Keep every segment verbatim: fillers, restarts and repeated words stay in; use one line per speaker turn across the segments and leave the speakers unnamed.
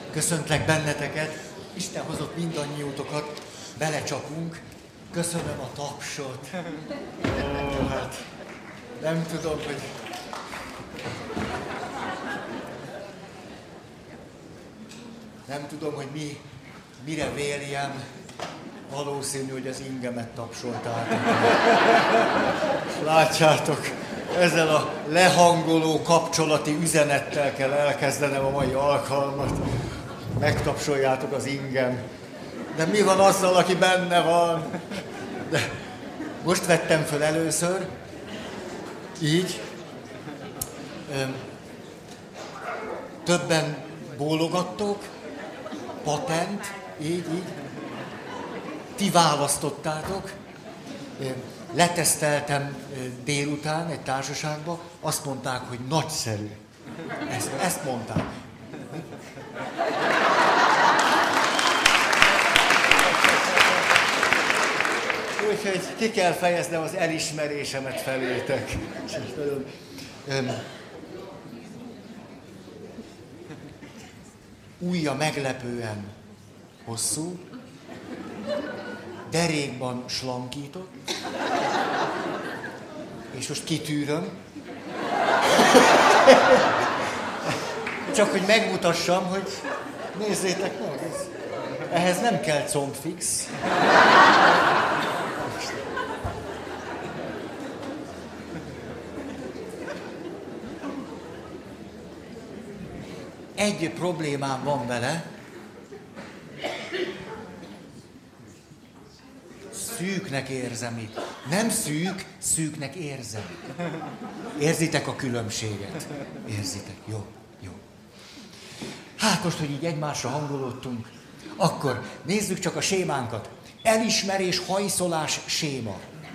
Köszöntlek benneteket, Isten hozott mindannyiótokat, belecsapunk. Köszönöm a tapsot. Ó, hát nem tudom, hogy... Nem tudom, hogy mi, mire véljem. Valószínű, hogy az ingemet tapsoltátok. Látjátok, ezzel a lehangoló kapcsolati üzenettel kell elkezdenem a mai alkalmat. Megtapsoljátok az ingem. De mi van azzal, aki benne van? De most vettem föl először. Így. Többen bólogattok. Patent. Így, így. Ti választottátok. Leteszteltem délután egy társaságba, azt mondták, hogy nagyszerű. Ezt, ezt mondták. Úgyhogy ki kell fejeznem az elismerésemet felétek. Ujja meglepően hosszú, derékban slankított, és most kitűröm. Csak hogy megmutassam, hogy nézzétek meg, ez, ehhez nem kell combfix. Egy problémám van vele, szűknek érzem itt. Nem szűk, szűknek érzem. Érzitek a különbséget? Érzitek? Jó, jó. Hát most, hogy így egymásra hangolódtunk, akkor nézzük csak a sémánkat. Elismerés, hajszolás, séma.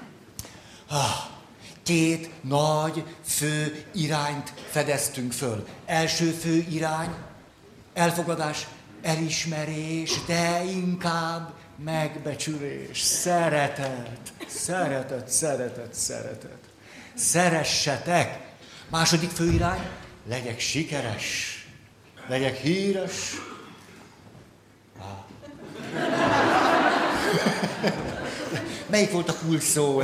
Két nagy, fő irányt fedeztünk föl. Első fő irány, elfogadás, elismerés, de inkább megbecsülés, szeretet, szeretet, szeretet, szeretet. Szeressetek. Második főirány, legyek sikeres, legyek híres. Ah. Melyik volt a kulcs szó?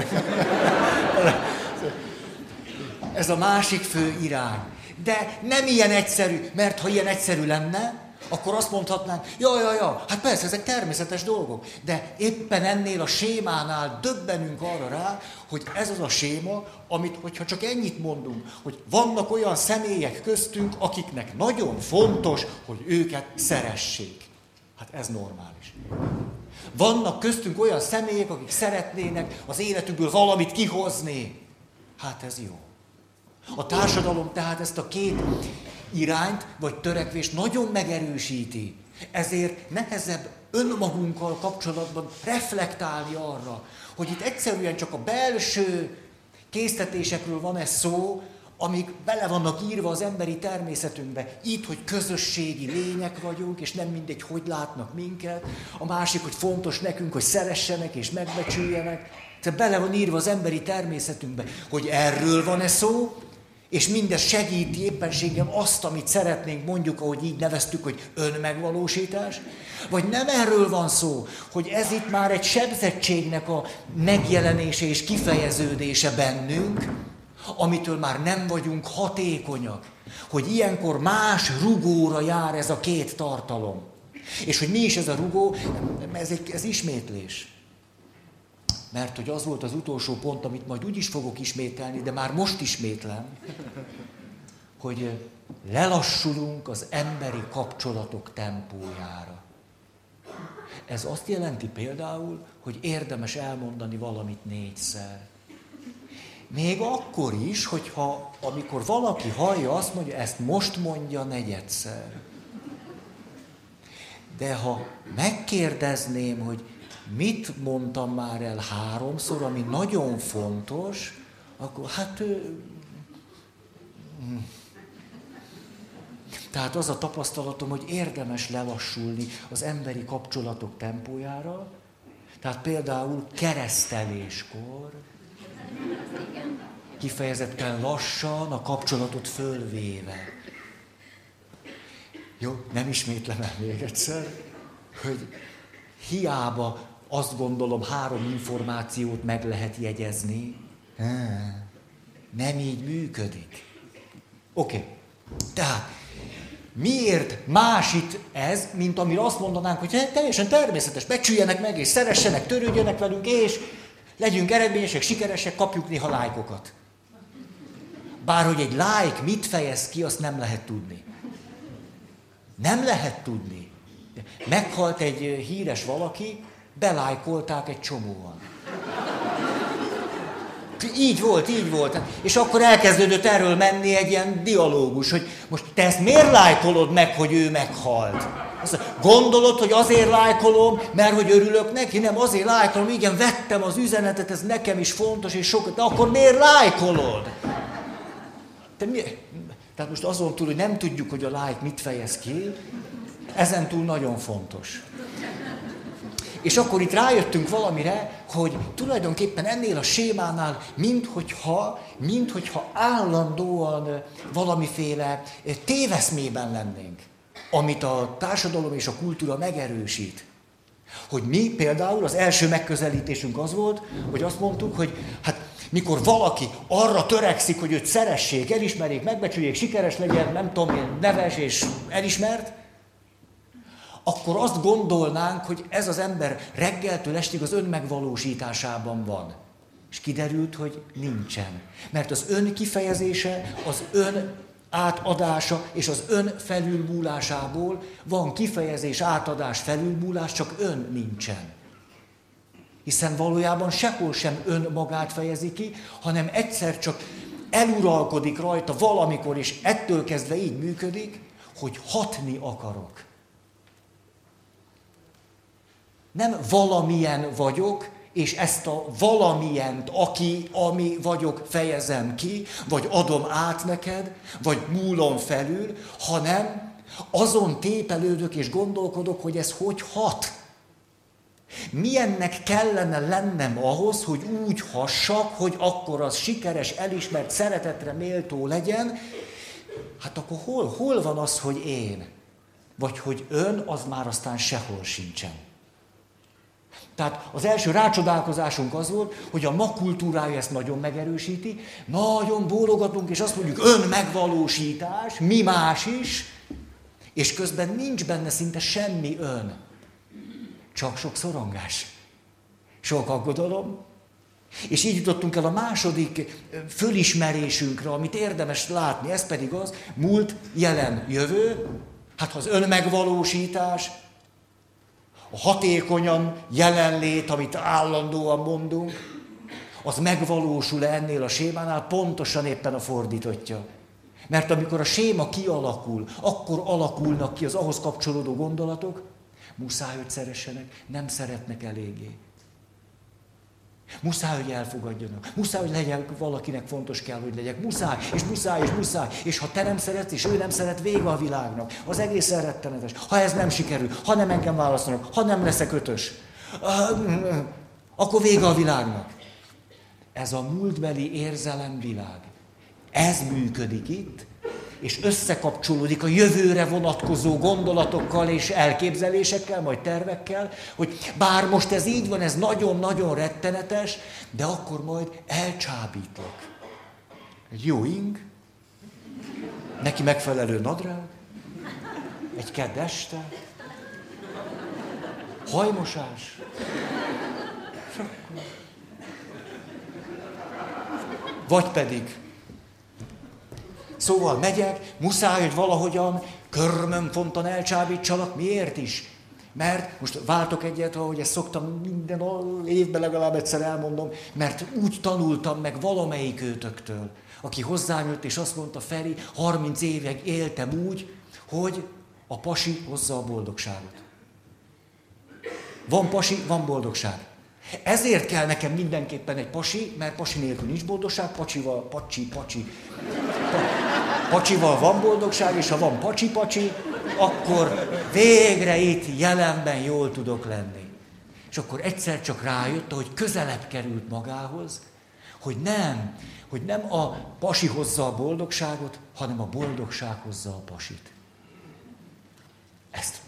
Ez a másik fő irány. De nem ilyen egyszerű, mert ha ilyen egyszerű lenne, akkor azt mondhatnánk, ja, ja, ja, hát persze, ezek természetes dolgok, de éppen ennél a sémánál döbbenünk arra rá, hogy ez az a séma, amit, hogyha csak ennyit mondunk, hogy vannak olyan személyek köztünk, akiknek nagyon fontos, hogy őket szeressék. Hát ez normális. Vannak köztünk olyan személyek, akik szeretnének az életükből valamit kihozni. Hát ez jó. A társadalom tehát ezt a két irányt vagy törekvést nagyon megerősíti. Ezért nehezebb önmagunkkal kapcsolatban reflektálni arra, hogy itt egyszerűen csak a belső késztetésekről van ez szó, amik bele vannak írva az emberi természetünkbe. Itt, hogy közösségi lények vagyunk, és nem mindegy, hogy látnak minket. A másik, hogy fontos nekünk, hogy szeressenek és megbecsüljenek. Tehát bele van írva az emberi természetünkbe, hogy erről van-e szó, és mindez segíti éppenséggel azt, amit szeretnénk, mondjuk, ahogy így neveztük, hogy önmegvalósítás, vagy nem erről van szó, hogy ez itt már egy sebzettségnek a megjelenése és kifejeződése bennünk, amitől már nem vagyunk hatékonyak, hogy ilyenkor más rugóra jár ez a két tartalom. És hogy mi is ez a rugó, ez, egy, ez ismétlés. Mert hogy az volt az utolsó pont, amit majd úgy is fogok ismételni, de már most ismétlem, hogy lelassulunk az emberi kapcsolatok tempójára. Ez azt jelenti például, hogy érdemes elmondani valamit négyszer. Még akkor is, hogyha amikor valaki hallja, azt mondja, ezt most mondja negyedszer. De ha megkérdezném, hogy mit mondtam már el háromszor, ami nagyon fontos, akkor hát... Tehát az a tapasztalatom, hogy érdemes lelassulni az emberi kapcsolatok tempójára. Tehát például kereszteléskor kifejezetten lassan a kapcsolatot fölvéve. Jó, nem ismétlem el még egyszer, hogy hiába azt gondolom, három információt meg lehet jegyezni. Nem így működik. Oké. Okay. Tehát, miért más itt ez, mint amire azt mondanánk, hogy teljesen természetes, becsüljenek meg, és szeressenek, törődjenek velünk, és legyünk eredményesek, sikeresek, kapjuk néha lájkokat. Bárhogy egy like mit fejez ki, azt nem lehet tudni. Nem lehet tudni. Meghalt egy híres valaki, belájkolták egy csomóan. Így volt, így volt. És akkor elkezdődött erről menni egy ilyen dialógus, hogy most te ezt miért lájkolod meg, hogy ő meghalt? Azt gondolod, hogy azért lájkolom, mert hogy örülök neki? Nem, azért lájkolom, igen, vettem az üzenetet, ez nekem is fontos, és sokat, de akkor miért lájkolod? Te mi? Tehát most azon túl, hogy nem tudjuk, hogy a like mit fejez ki, ezen túl nagyon fontos. És akkor itt rájöttünk valamire, hogy tulajdonképpen ennél a sémánál, minthogyha, minthogyha állandóan valamiféle téveszmében lennénk, amit a társadalom és a kultúra megerősít. Hogy mi például az első megközelítésünk az volt, hogy azt mondtuk, hogy hát mikor valaki arra törekszik, hogy őt szeressék, elismerjék, megbecsüljék, sikeres legyen, nem tudom én, neves és elismert, akkor azt gondolnánk, hogy ez az ember reggeltől estig az önmegvalósításában van. És kiderült, hogy nincsen. Mert az ön kifejezése, az ön átadása és az ön felülmúlásából van kifejezés, átadás, felülmúlás, csak ön nincsen. Hiszen valójában sehol sem ön magát fejezi ki, hanem egyszer csak eluralkodik rajta valamikor, és ettől kezdve így működik, hogy hatni akarok. Nem valamilyen vagyok, és ezt a valamilyent, aki, ami vagyok, fejezem ki, vagy adom át neked, vagy múlom felül, hanem azon tépelődök és gondolkodok, hogy ez hogy hat. Milyennek kellene lennem ahhoz, hogy úgy hassak, hogy akkor az sikeres, elismert, szeretetre méltó legyen. Hát akkor hol, hol van az, hogy én? Vagy hogy ön, az már aztán sehol sincsen. Tehát az első rácsodálkozásunk az volt, hogy a ma kultúrája ezt nagyon megerősíti, nagyon bólogatunk, és azt mondjuk önmegvalósítás, mi más is, és közben nincs benne szinte semmi ön. Csak sok szorongás, sok aggodalom. És így jutottunk el a második fölismerésünkre, amit érdemes látni, ez pedig az, múlt, jelen, jövő, hát ha az önmegvalósítás, a hatékonyan jelenlét, amit állandóan mondunk, az megvalósul ennél a sémánál, pontosan éppen a fordítottja. Mert amikor a séma kialakul, akkor alakulnak ki az ahhoz kapcsolódó gondolatok, muszáj, hogy szeressenek, nem szeretnek eléggé. Muszáj, hogy elfogadjanak. Muszáj, hogy legyen valakinek fontos kell, hogy legyek. Muszáj, és muszáj, és muszáj. És ha te nem szeretsz, és ő nem szeret, vége a világnak. Az egész rettenetes. Ha ez nem sikerül, ha nem engem választanak, ha nem leszek ötös, akkor vége a világnak. Ez a múltbeli érzelemvilág. Ez működik itt, és összekapcsolódik a jövőre vonatkozó gondolatokkal és elképzelésekkel, majd tervekkel, hogy bár most ez így van, ez nagyon-nagyon rettenetes, de akkor majd elcsábítlak. Egy jó ing, neki megfelelő nadrág, egy kedd este, hajmosás, vagy pedig szóval megyek, muszáj, hogy valahogyan körmönfontan elcsábítsalak. Miért is? Mert most váltok egyet, ahogy ezt szoktam minden évben legalább egyszer elmondom, mert úgy tanultam meg valamelyik őtöktől, aki hozzányúlt és azt mondta, Feri, harminc évig éltem úgy, hogy a pasi hozza a boldogságot. Van pasi, van boldogság. Ezért kell nekem mindenképpen egy pasi, mert pasi nélkül nincs boldogság, pacsival, pacsi, pacsi. Pacsival van boldogság, és ha van pacsi-pacsi, akkor végre itt jelenben jól tudok lenni. És akkor egyszer csak rájött, hogy közelebb került magához, hogy nem, hogy nem a pasi hozza a boldogságot, hanem a boldogság hozza a pasit.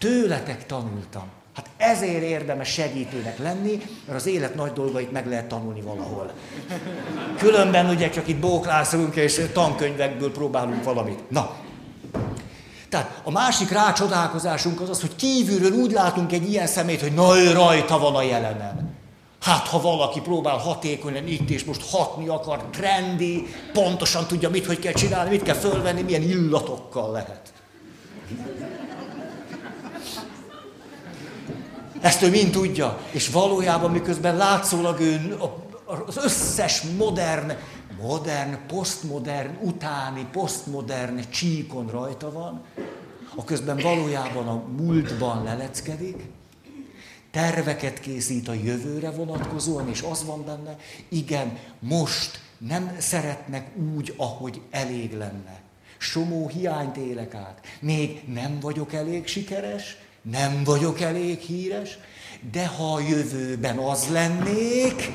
Tőletek tanultam. Hát ezért érdemes segítőnek lenni, mert az élet nagy dolgait meg lehet tanulni valahol. Különben ugye csak itt bóklászunk, és tankönyvekből próbálunk valamit. Na, tehát a másik rácsodálkozásunk az az, hogy kívülről úgy látunk egy ilyen szemét, hogy na, ő rajta van a jelenem. Hát, ha valaki próbál hatékonyan itt és most hatni akar, trendi, pontosan tudja, mit, hogy kell csinálni, mit kell fölvenni, milyen illatokkal lehet. Ezt ő mind tudja, és valójában miközben látszólag ő az összes modern, modern, posztmodern, utáni posztmodern csíkon rajta van, a közben valójában a múltban leleckedik, terveket készít a jövőre vonatkozóan, és az van benne, igen, most nem szeretnek úgy, ahogy elég lenne. Somó hiányt élek át. Még nem vagyok elég sikeres, nem vagyok elég híres, de ha a jövőben az lennék,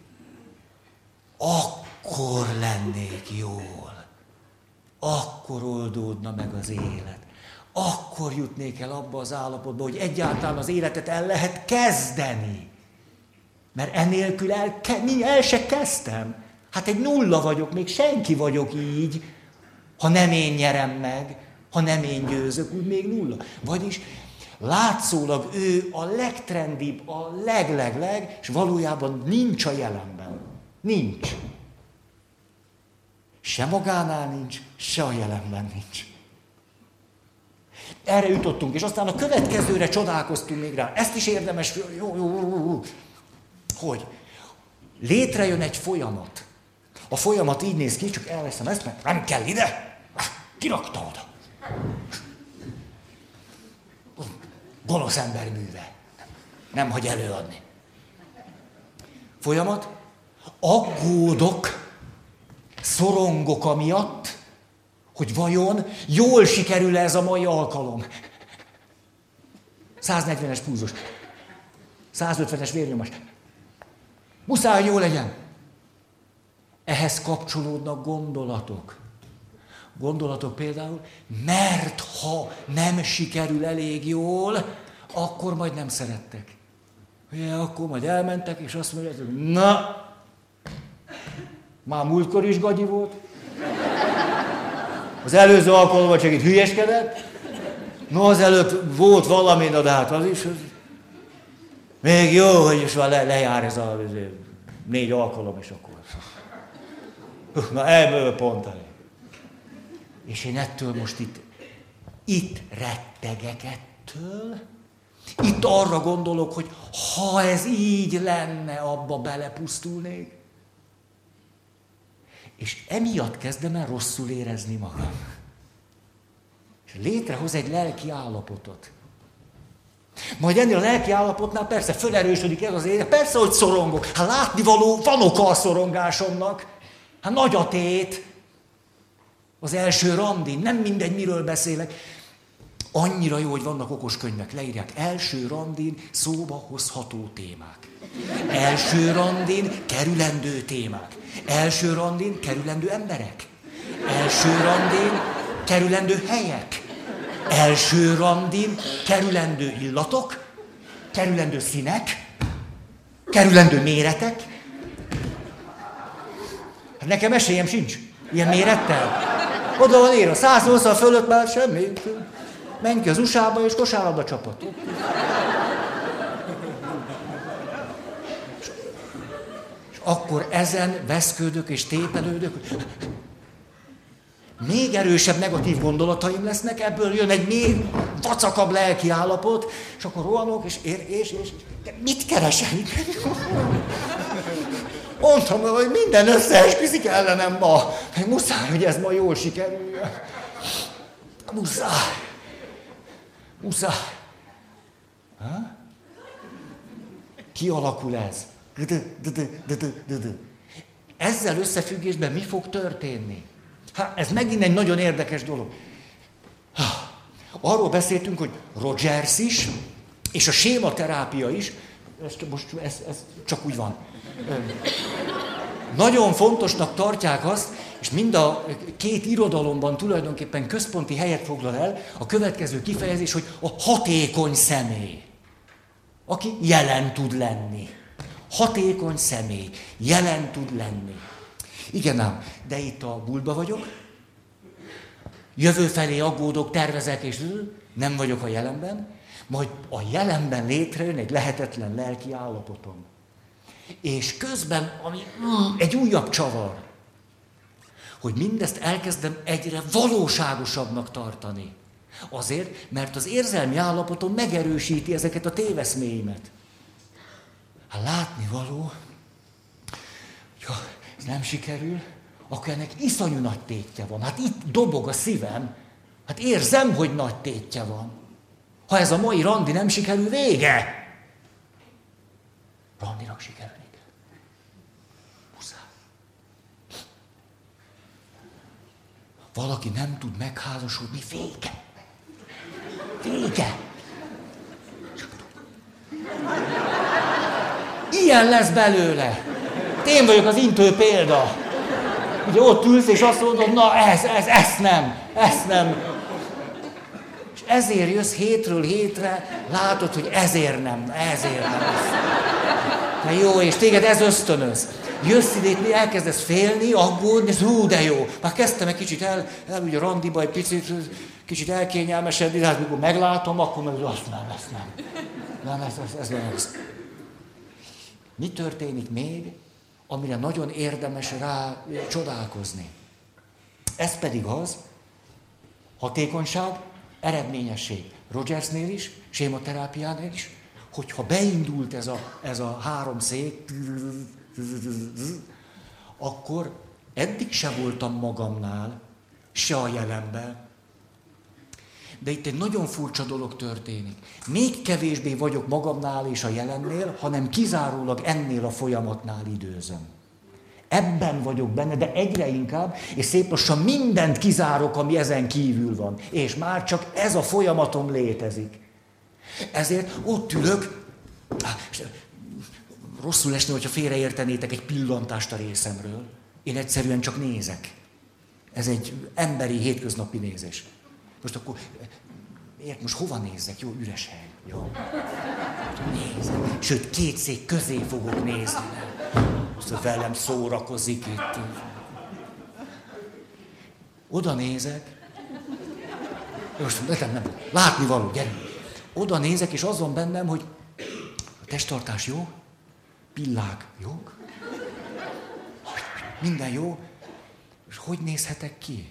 akkor lennék jól. Akkor oldódna meg az élet. Akkor jutnék el abba az állapotba, hogy egyáltalán az életet el lehet kezdeni. Mert enélkül el, el se kezdtem. Hát egy nulla vagyok, még senki vagyok így, ha nem én nyerem meg, ha nem én győzök, úgy még nulla. Vagyis látszólag ő a legtrendibb, a leg-leg-leg, és valójában nincs a jelenben. Nincs. Se magánál nincs, se a jelenben nincs. Erre jutottunk, és aztán a következőre csodálkoztunk még rá. Ezt is érdemes, jó, jó, jó, jó. Hogy létrejön egy folyamat. A folyamat így néz ki, csak elveszem ezt, mert nem kell ide. Kirakta oda. Gonosz ember műve. Nem hagy előadni. Folyamat. Aggódok, szorongok amiatt, hogy vajon jól sikerül ez a mai alkalom. száznegyvenes púzus. százötvenes vérnyomás. Muszáj, hogy jó legyen. Ehhez kapcsolódnak gondolatok. Gondolatok például, mert ha nem sikerül elég jól, akkor majd nem szerettek. Ja, akkor majd elmentek, és azt mondják, hogy na, már múltkor is gagyi volt. Az előző alkalommal csak itt hülyeskedett. No, az előbb volt valami, de hát az is. Az... Még jó, hogy is már le, lejár ez a négy alkalom, és akkor. Na, ebből pont elég. És én ettől most itt, itt rettegek ettől. Itt arra gondolok, hogy ha ez így lenne, abba belepusztulnék. És emiatt kezdem el rosszul érezni magam. És létrehoz egy lelki állapotot. Majd ennél a lelki állapotnál persze felerősödik ez az élet. Persze, hogy szorongok. Hát látnivaló, van oka a szorongásomnak. Hát nagy a tét. Az első randin, nem mindegy, miről beszélek. Annyira jó, hogy vannak okos könyvek, leírják. Első randin szóba hozható témák. Első randin kerülendő témák. Első randin kerülendő emberek. Első randin kerülendő helyek. Első randin kerülendő illatok. Kerülendő színek. Kerülendő méretek. Hát nekem esélyem sincs. Ilyen mérettel. Oda van írva, száz nyolcvan fölött már semmi. Menj ki az u es á-ba és kosárlabda csapat. És akkor ezen veszködök és tépelődök. Még erősebb negatív gondolataim lesznek, ebből jön egy még vacakabb lelki állapot, és akkor rohanok, és ér, és, és, de mit keresel itt? Mondtam, hogy minden összeesküszik ellenem ma. Muszáj, hogy ez ma jól sikerüljön. Muszáj. Muszáj. Ha? Kialakul ez. Ezzel összefüggésben mi fog történni? Hát ez megint egy nagyon érdekes dolog. Arról beszéltünk, hogy Rogers is, és a sématerápia is, ez, most ez, ez csak úgy van. nagyon fontosnak tartják azt, és mind a két irodalomban tulajdonképpen központi helyet foglal el a következő kifejezés, hogy a hatékony személy, aki jelen tud lenni. Hatékony személy, jelen tud lenni. Igen ám, de itt a múltba vagyok, jövő felé aggódok, tervezek, és nem vagyok a jelenben, majd a jelenben létrejön egy lehetetlen lelki állapotom. És közben, ami egy újabb csavar, hogy mindezt elkezdem egyre valóságosabbnak tartani. Azért, mert az érzelmi állapotom megerősíti ezeket a téveszméimet. Hát látni való, hogy ez nem sikerül, akkor ennek iszonyú nagy tétje van. Hát itt dobog a szívem, hát érzem, hogy nagy tétje van. Ha ez a mai randi nem sikerül, vége! Randinak sikerül. Valaki nem tud megházasodni, vége. Vége. Ilyen lesz belőle. Én vagyok az intő példa. Ugye ott ülsz és azt mondod, na ez, ez, ezt nem, ezt nem. És ezért jössz hétről hétre, látod, hogy ezért nem, ezért nem. Na jó, és téged ez ösztönöz. Jössz ide, mi elkezdesz félni, aggódni, és hú, de jó. Már kezdtem egy kicsit el, el ugye randiba egy picit, kicsit elkényelmesedni, de hát mikor meglátom, akkor meg azt nem, ezt nem. Nem, ez, ez, ez nem ez. Mi történik még, amire nagyon érdemes rá csodálkozni? Ez pedig az, hatékonyság, eredményesség. Rogersnél is, sématerápiánál is, hogyha beindult ez a, ez a három szék, akkor eddig se voltam magamnál, se a jelenben. De itt egy nagyon furcsa dolog történik. Még kevésbé vagyok magamnál és a jelennél, hanem kizárólag ennél a folyamatnál időzöm. Ebben vagyok benne, de egyre inkább, és szép lassan mindent kizárok, ami ezen kívül van. És már csak ez a folyamatom létezik. Ezért ott ülök, rosszul esne, hogyha félreértenétek egy pillantást a részemről. Én egyszerűen csak nézek. Ez egy emberi, hétköznapi nézés. Most akkor, ért, most hova nézzek? Jó, üres hely. Jó. Nézek. Sőt, két szék közé fogok nézni. Most velem szórakozik itt. Oda nézek. Most nem, nem. Látni való, gyerünk. Oda nézek, és az van bennem, hogy a testtartás jó, pillák jók, minden jó, és hogy nézhetek ki?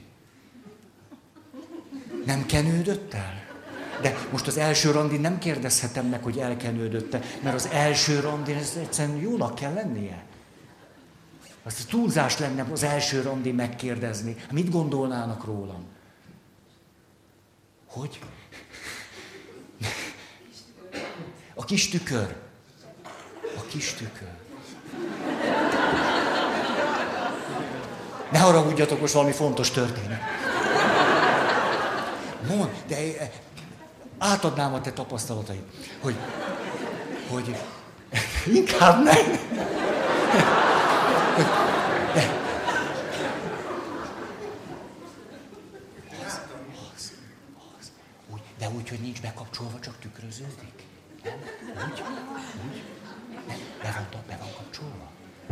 Nem kenődött el? De most az első randin nem kérdezhetem meg, hogy elkenődött-e, mert az első randin ez egyszerűen jónak kell lennie. Az túlzás lenne az első randin megkérdezni. Mit gondolnának rólam? Hogy? A kis tükör. A kis tükör. Ne haragudjatok, most valami fontos történik. Mond, de átadnám a te tapasztalataid, hogy, hogy inkább nem. De, az, az, az. Úgy, de úgy, hogy nincs bekapcsolva, csak tükröződik. Nem? Úgy? Úgy? Nem? Be van, be van kapcsolva?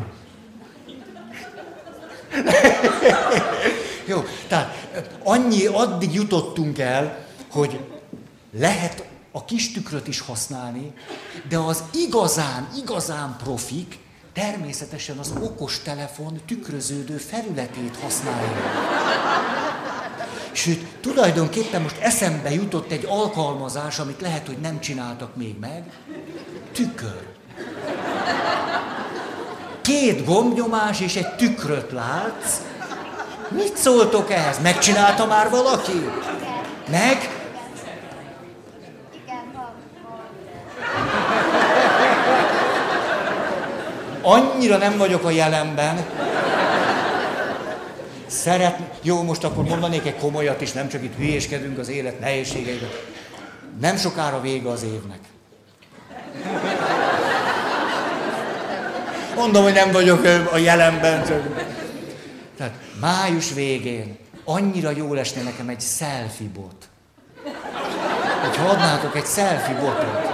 Jó, tehát annyi, addig jutottunk el, hogy lehet a kis tükröt is használni, de az igazán, igazán profik természetesen az okostelefon tükröződő felületét használja. Sőt, tulajdonképpen most eszembe jutott egy alkalmazás, amit lehet, hogy nem csináltak még meg. Tükör. Két gombnyomás és egy tükröt látsz. Mit szóltok ehhez? Megcsinálta már valaki? Meg? Annyira nem vagyok a jelenben. Szeretném... Jó, most akkor mondanék egy komolyat is, nem csak itt hülyéskedünk az élet nehézségeiben. Nem sokára vége az évnek. Mondom, hogy nem vagyok a jelenben. Tehát május végén annyira jól esne nekem egy selfie bot. Hogyha adnátok egy selfie botot.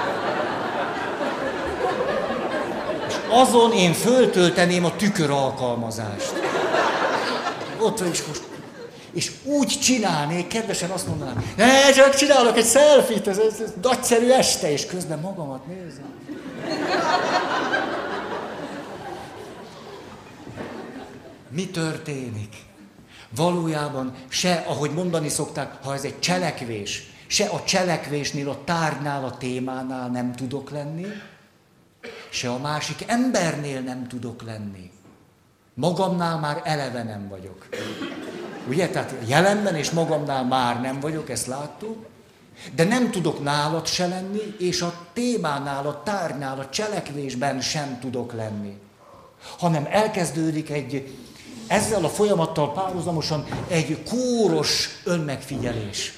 És azon én föltölteném a tükör alkalmazást. Ott is most. És úgy csinálnék, kedvesen azt mondanám, ne, csak csinálok egy selfie-t, ez, ez, ez nagyszerű este, és közben magamat nézem. Mi történik? Valójában se, ahogy mondani szokták, ha ez egy cselekvés, se a cselekvésnél, a tárgynál, a témánál nem tudok lenni, se a másik embernél nem tudok lenni. Magamnál már eleve nem vagyok. Ugye? Tehát jelenben és magamnál már nem vagyok, ezt láttuk, de nem tudok nálad se lenni, és a témánál, a tárgynál, a cselekvésben sem tudok lenni. Hanem elkezdődik egy, ezzel a folyamattal párhuzamosan egy kóros önmegfigyelés.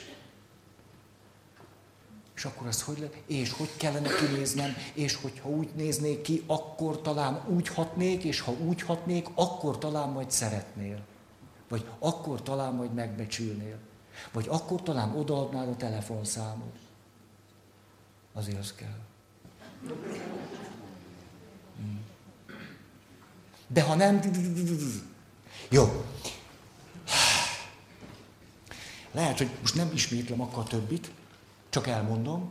És akkor az hogy le, és hogy kellene kinéznem, és hogyha úgy néznék ki, akkor talán úgy hatnék, és ha úgy hatnék, akkor talán majd szeretnél. Vagy akkor talán majd megbecsülnél. Vagy akkor talán odaadnád a telefonszámot. Azért az kell. De ha nem... Jó. Lehet, hogy most nem ismétlem akkor a többit, csak elmondom.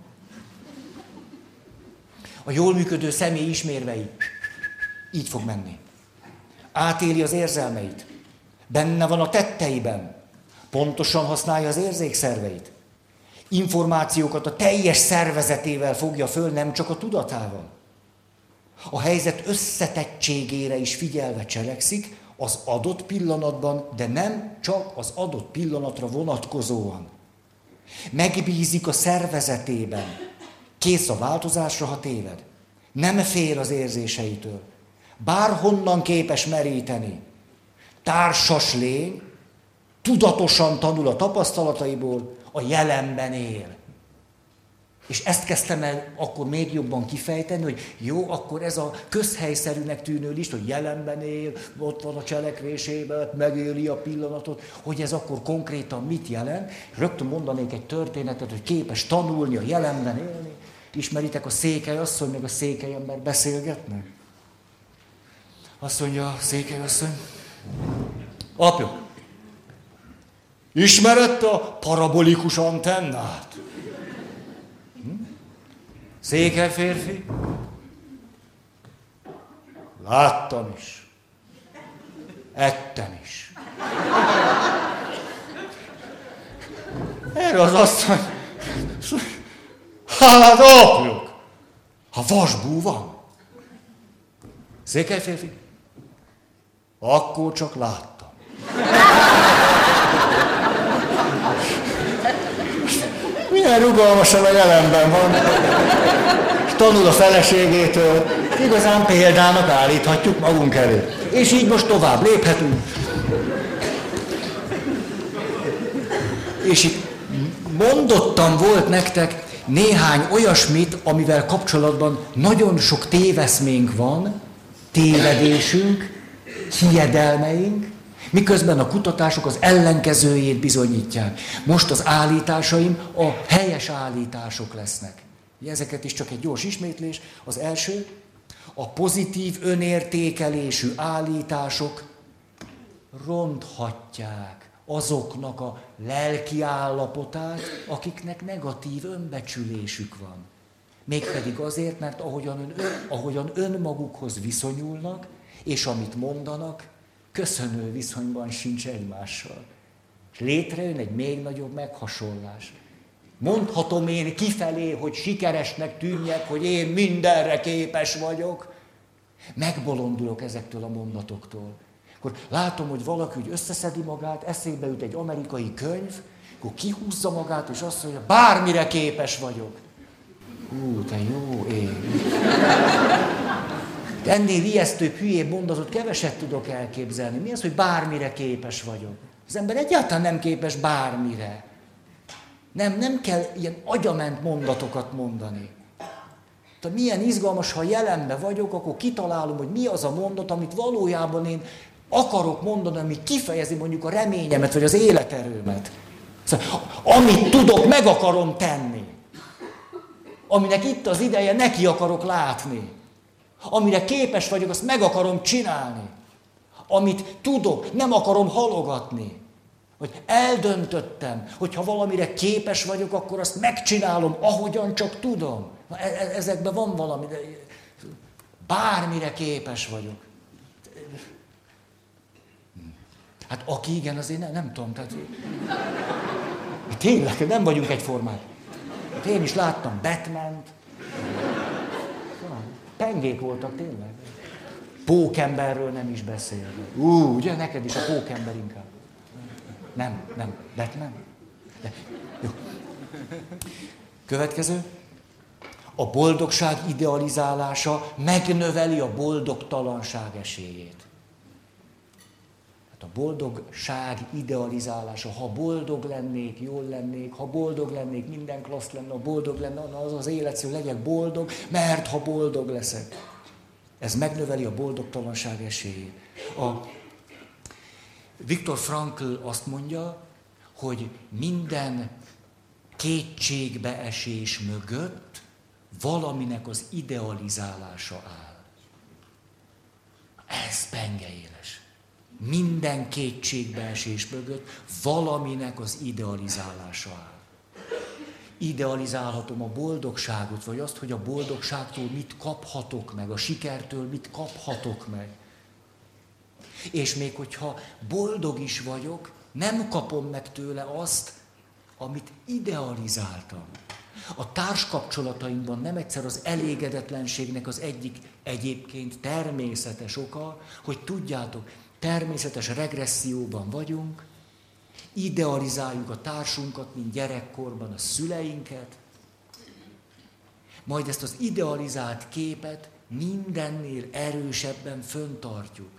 A jól működő személy ismérvei. Így fog menni. Átéli az érzelmeit. Benne van a tetteiben. Pontosan használja az érzékszerveit. Információkat a teljes szervezetével fogja föl, nem csak a tudatával. A helyzet összetettségére is figyelve cselekszik, az adott pillanatban, de nem csak az adott pillanatra vonatkozóan. Megbízik a szervezetében. Kész a változásra, ha téved. Nem fél az érzéseitől. Bárhonnan képes meríteni. Társas lény, tudatosan tanul a tapasztalataiból, a jelenben él. És ezt kezdtem el akkor még jobban kifejteni, hogy jó, akkor ez a közhelyszerűnek tűnő lista, hogy jelenben él, ott van a cselekvésében, megéli a pillanatot, hogy ez akkor konkrétan mit jelent. És rögtön mondanék egy történetet, hogy képes tanulni, a jelenben élni. Ismeritek a székely asszony, meg a székely ember beszélgetnek? Azt mondja a székely asszony, apja, ismered a parabolikus antennát? Hm? Székely férfi? Láttam is. Ettem is. Erre az asszony, hát apjuk, ha vasbú van. Székely férfi? Akkor csak láttam. Milyen rugalmasan a jelenben van. És tanul a feleségétől. Igazán példának állíthatjuk magunk elé. És így most tovább léphetünk. És itt mondottam volt nektek néhány olyasmit, amivel kapcsolatban nagyon sok téveszménk van, tévedésünk, hiedelmeink, miközben a kutatások az ellenkezőjét bizonyítják. Most az állításaim a helyes állítások lesznek. Ezeket is csak egy gyors ismétlés. Az első, a pozitív önértékelésű állítások ronthatják azoknak a lelki állapotát, akiknek negatív önbecsülésük van. Mégpedig azért, mert ahogyan, ön, ahogyan önmagukhoz viszonyulnak, és amit mondanak, köszönő viszonyban sincs egymással. És létrejön egy még nagyobb meghasonlás. Mondhatom én kifelé, hogy sikeresnek tűnjek, hogy én mindenre képes vagyok. Megbolondulok ezektől a mondatoktól. Akkor látom, hogy valaki úgy összeszedi magát, eszébe jut egy amerikai könyv, akkor kihúzza magát, és azt mondja, bármire képes vagyok. Hú, te jó ég. De ennél ijesztőbb, hülyébb mondatot keveset tudok elképzelni. Mi az, hogy bármire képes vagyok? Az ember egyáltalán nem képes bármire. Nem, nem kell ilyen agyament mondatokat mondani. Tehát milyen izgalmas, ha jelenben vagyok, akkor kitalálom, hogy mi az a mondat, amit valójában én akarok mondani, ami kifejezi mondjuk a reményemet, vagy az életerőmet. Szóval, amit tudok, meg akarom tenni. Aminek itt az ideje, neki akarok látni. Amire képes vagyok, azt meg akarom csinálni. Amit tudok, nem akarom halogatni. Hogy eldöntöttem, hogy ha valamire képes vagyok, akkor azt megcsinálom, ahogyan csak tudom. Ezekben van valami, de bármire képes vagyok. Hát aki igen, azért nem, nem tudom. Tehát... Tényleg, nem vagyunk egyformák. Én is láttam Batmant. Pengék voltak tényleg. Pókemberről nem is beszélve. Ú, ugye neked is a pókember inkább. Nem, nem. Batman? De, jó. Következő. A boldogság idealizálása megnöveli a boldogtalanság esélyét. Hát a boldogság idealizálása, ha boldog lennék, jól lennék, ha boldog lennék, minden klassz lenne, ha boldog lenne, az az élet, hogy legyek boldog, mert ha boldog leszek. Ez megnöveli a boldogtalanság esélyét. A Viktor Frankl azt mondja, hogy minden kétségbeesés mögött valaminek az idealizálása áll. Ez penge éles. Minden kétségbeesés mögött valaminek az idealizálása áll. Idealizálhatom a boldogságot, vagy azt, hogy a boldogságtól mit kaphatok meg, a sikertől mit kaphatok meg. És még hogyha boldog is vagyok, nem kapom meg tőle azt, amit idealizáltam. A társkapcsolatainkban nem egyszer az elégedetlenségnek az egyik egyébként természetes oka, hogy tudjátok, természetes regresszióban vagyunk, idealizáljuk a társunkat, mint gyerekkorban a szüleinket, majd ezt az idealizált képet mindennél erősebben föntartjuk.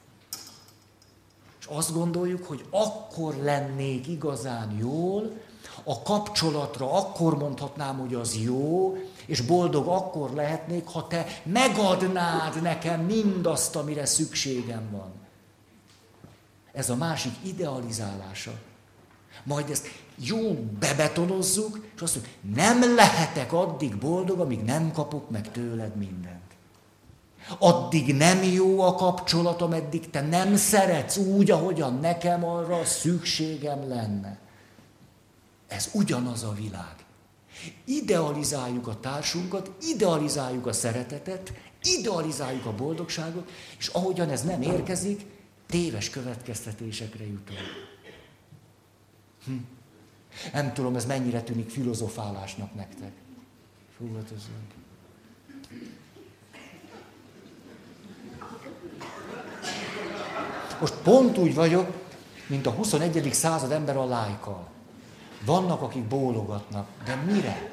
És azt gondoljuk, hogy akkor lennék igazán jól, a kapcsolatra akkor mondhatnám, hogy az jó, és boldog akkor lehetnék, ha te megadnád nekem mindazt, amire szükségem van. Ez a másik idealizálása. Majd ezt jó bebetonozzuk, és azt mondjuk, nem lehetek addig boldog, amíg nem kapok meg tőled mindent. Addig nem jó a kapcsolat, ameddig te nem szeretsz úgy, ahogyan nekem arra szükségem lenne. Ez ugyanaz a világ. Idealizáljuk a társunkat, idealizáljuk a szeretetet, idealizáljuk a boldogságot, és ahogyan ez nem érkezik, téves következtetésekre jutunk. Hm. Nem tudom, ez mennyire tűnik filozofálásnak nektek. Fú, hát ez... Most pont úgy vagyok, mint a huszonegyedik század ember a lájkkal. Vannak, akik bólogatnak, de mire?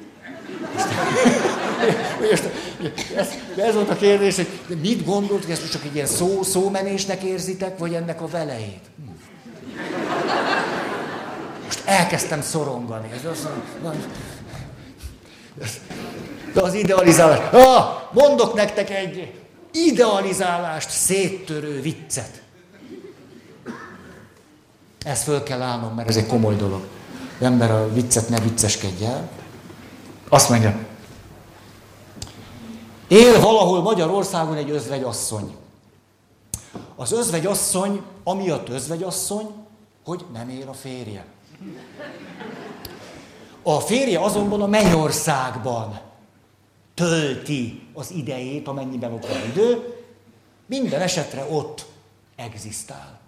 ez, ez volt a kérdés, hogy mit gondolt, hogy ezt most csak egy ilyen szó, szómenésnek érzitek, vagy ennek a velejét? Hm. Most elkezdtem szorongani. Ez az, de az idealizálás. Ah, mondok nektek egy idealizálást széttörő viccet. Ezt föl kell állnom, mert ez egy komoly dolog. Az ember a viccet ne vicceskedj el. Azt mondja, él valahol Magyarországon egy özvegyasszony. Az özvegyasszony, amiatt özvegyasszony, hogy nem él a férje. A férje azonban a mennyországban tölti az idejét, amennyiben ott van idő, minden esetre ott egzisztál.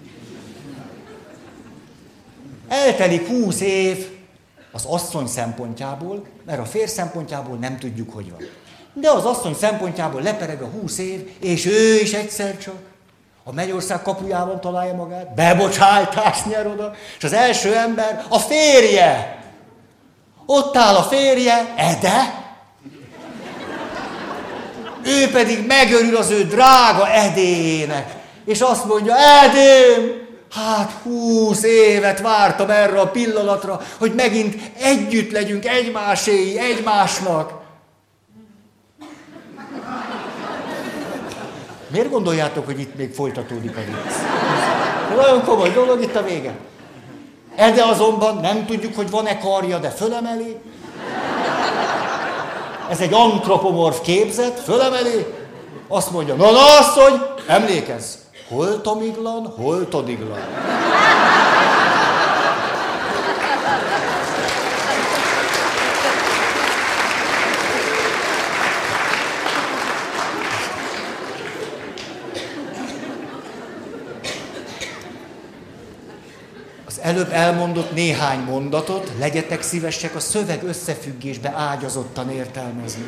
Eltelik húsz év az asszony szempontjából, mert a férj szempontjából nem tudjuk, hogy van. De az asszony szempontjából lepereg a húsz év, és ő is egyszer csak a mennyország kapujában találja magát, bebocsájtást nyer oda, és az első ember a férje. Ott áll a férje, Ede, ő pedig megörül az ő drága Edének, és azt mondja, Edém, hát húsz évet vártam erre a pillanatra, hogy megint együtt legyünk egymáséi, egymásnak. Miért gondoljátok, hogy itt még folytatódik a vicc? Nagyon komoly dolog, itt a vége. Ede azonban nem tudjuk, hogy van-e karja, de fölemeli. Ez egy antropomorf képzet, fölemeli. Azt mondja, na, na asszony, emlékezz, holtomiglan, holtodiglan. Előbb elmondott néhány mondatot, legyetek szívesek a szöveg összefüggésbe ágyazottan értelmezni.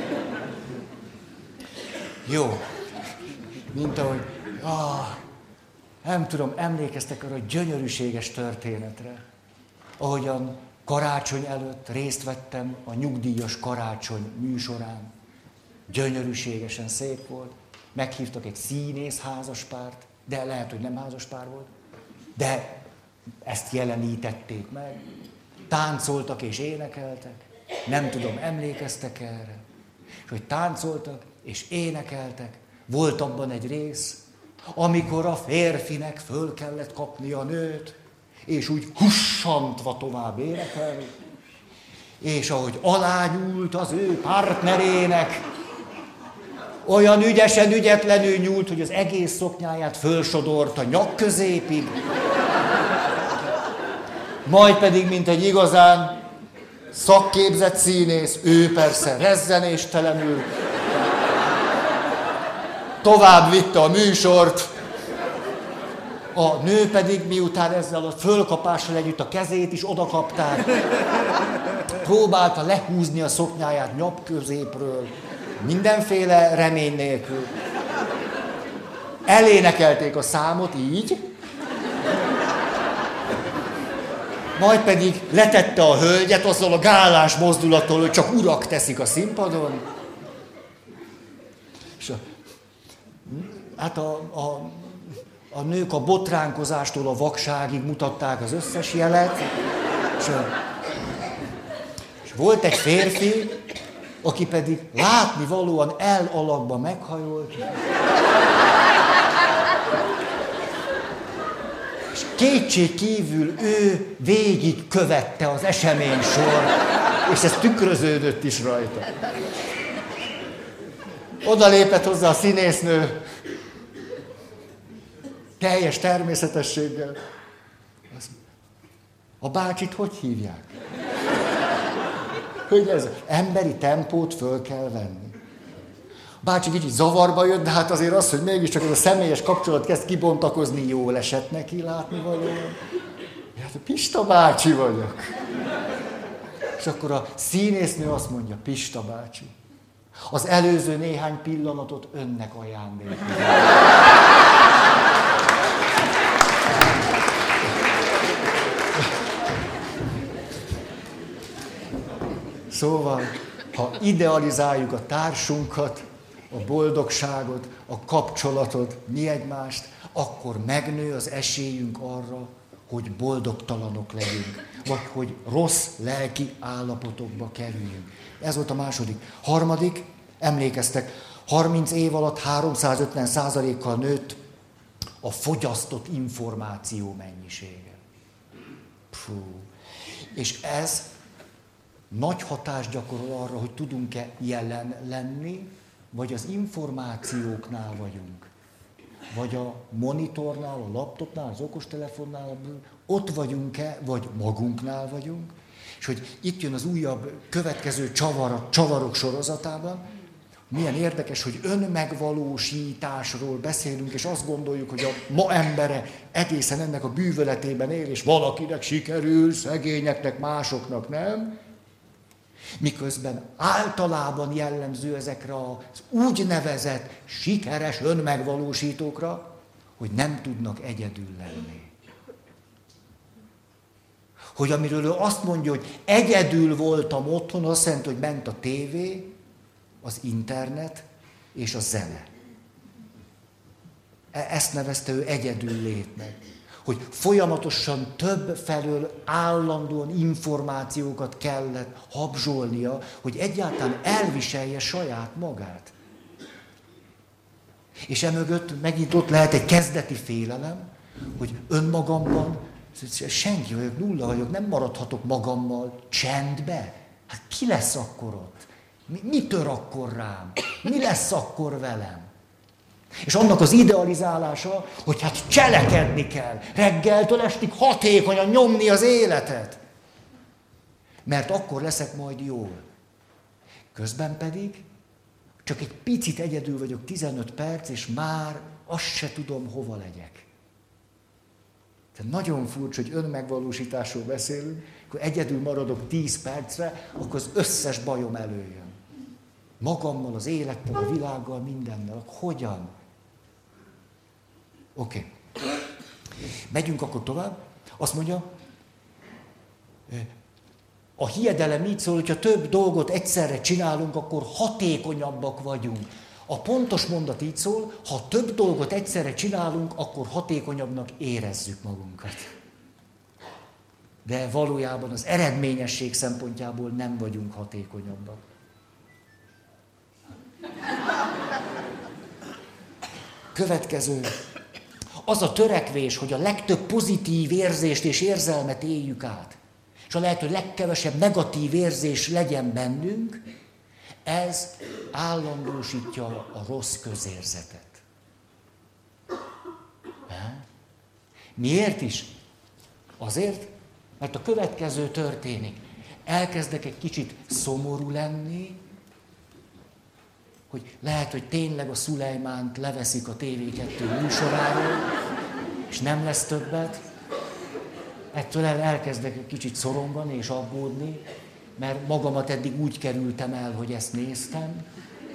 Jó. Mint ahogy, ah, nem tudom, emlékeztek arra a gyönyörűséges történetre, ahogyan karácsony előtt részt vettem a nyugdíjas karácsony műsorán. Gyönyörűségesen szép volt. Meghívtak egy színész házaspárt, de lehet, hogy nem házaspár volt. De ezt jelenítették meg. Táncoltak és énekeltek. Nem tudom, emlékeztek erre? És hogy táncoltak és énekeltek. Volt abban egy rész, amikor a férfinek föl kellett kapni a nőt, és úgy hussantva tovább énekelni. És ahogy alányult az ő partnerének, olyan ügyesen, ügyetlenül nyúlt, hogy az egész szoknyáját fölsodort a nyakközépig. Majd pedig, mint egy igazán szakképzett színész, ő persze rezzenéstelenül tovább vitte a műsort, a nő pedig miután ezzel a fölkapással együtt a kezét is odakapták, próbálta lehúzni a szoknyáját nyakközépről, mindenféle remény nélkül. Elénekelték a számot így, majd pedig letette a hölgyet azzal a gálás mozdulattól, hogy csak urak teszik a színpadon. És a, hát a, a, a nők a botránkozástól a vakságig mutatták az összes jelet. És, a, és volt egy férfi, aki pedig látnivalóan el alakba meghajolt. És kétség kívül ő végig követte az esemény sort, és ez tükröződött is rajta. Oda lépett hozzá a színésznő, teljes természetességgel. A bácsit hogy hívják? Hogy ez emberi tempót föl kell venni. A bácsi kicsit zavarba jött, de hát azért az, hogy mégiscsak ez a személyes kapcsolat kezd kibontakozni, jól esett neki látni valóan. Hát a Pista bácsi vagyok. És akkor a színésznő azt mondja, Pista bácsi, az előző néhány pillanatot önnek ajándékozom. Szóval, ha idealizáljuk a társunkat, a boldogságot, a kapcsolatot, mi egymást, akkor megnő az esélyünk arra, hogy boldogtalanok legyünk, vagy hogy rossz lelki állapotokba kerüljünk. Ez volt a második. Harmadik, emlékeztek, harminc év alatt háromszázötven százalékkal nőtt a fogyasztott információ mennyisége. Pfú. És ez nagy hatást gyakorol arra, hogy tudunk-e jelen lenni, vagy az információknál vagyunk. Vagy a monitornál, a laptopnál, az okostelefonnál, ott vagyunk-e, vagy magunknál vagyunk. És hogy itt jön az újabb, következő csavar, csavarok sorozatában, milyen érdekes, hogy önmegvalósításról beszélünk, és azt gondoljuk, hogy a ma embere egészen ennek a bűvöletében él, és valakinek sikerül, szegényeknek, másoknak nem. Miközben általában jellemző ezekre az úgynevezett sikeres önmegvalósítókra, hogy nem tudnak egyedül lenni. Hogy amiről ő azt mondja, hogy egyedül voltam otthon, azt jelenti, hogy ment a tévé, az internet és a zene. Ezt nevezte ő egyedül létnek. Hogy folyamatosan több felől állandóan információkat kellett habzsolnia, hogy egyáltalán elviselje saját magát. És emögött megint ott lehet egy kezdeti félelem, hogy önmagamban senki vagyok, nulla vagyok, nem maradhatok magammal csendbe. Hát ki lesz akkor ott? Mi, mi tör akkor rám? Mi lesz akkor velem? És annak az idealizálása, hogy hát cselekedni kell, reggeltől estig hatékonyan nyomni az életet. Mert akkor leszek majd jól. Közben pedig csak egy picit egyedül vagyok, tizenöt perc, és már azt se tudom, hova legyek. Tehát nagyon furcsa, hogy önmegvalósításról beszélünk, akkor egyedül maradok tíz percre, akkor az összes bajom előjön. Magammal, az élettel, a világgal, mindennel. Hogyan? Oké. Okay. Megyünk akkor tovább. Azt mondja, a hiedelem így szól, hogyha több dolgot egyszerre csinálunk, akkor hatékonyabbak vagyunk. A pontos mondat így szól, ha több dolgot egyszerre csinálunk, akkor hatékonyabbnak érezzük magunkat. De valójában az eredményesség szempontjából nem vagyunk hatékonyabbak. Következő. Az a törekvés, hogy a legtöbb pozitív érzést és érzelmet éljük át, és a lehető legkevesebb negatív érzés legyen bennünk, ez állandósítja a rossz közérzetet. Miért is? Azért, mert a következő történik. Elkezdek egy kicsit szomorú lenni, hogy lehet, hogy tényleg a Szulejmánt leveszik a té vé kettő műsoráról, és nem lesz többet. Ettől elkezdek egy kicsit szorongani és aggódni, mert magamat eddig úgy kerültem el, hogy ezt néztem.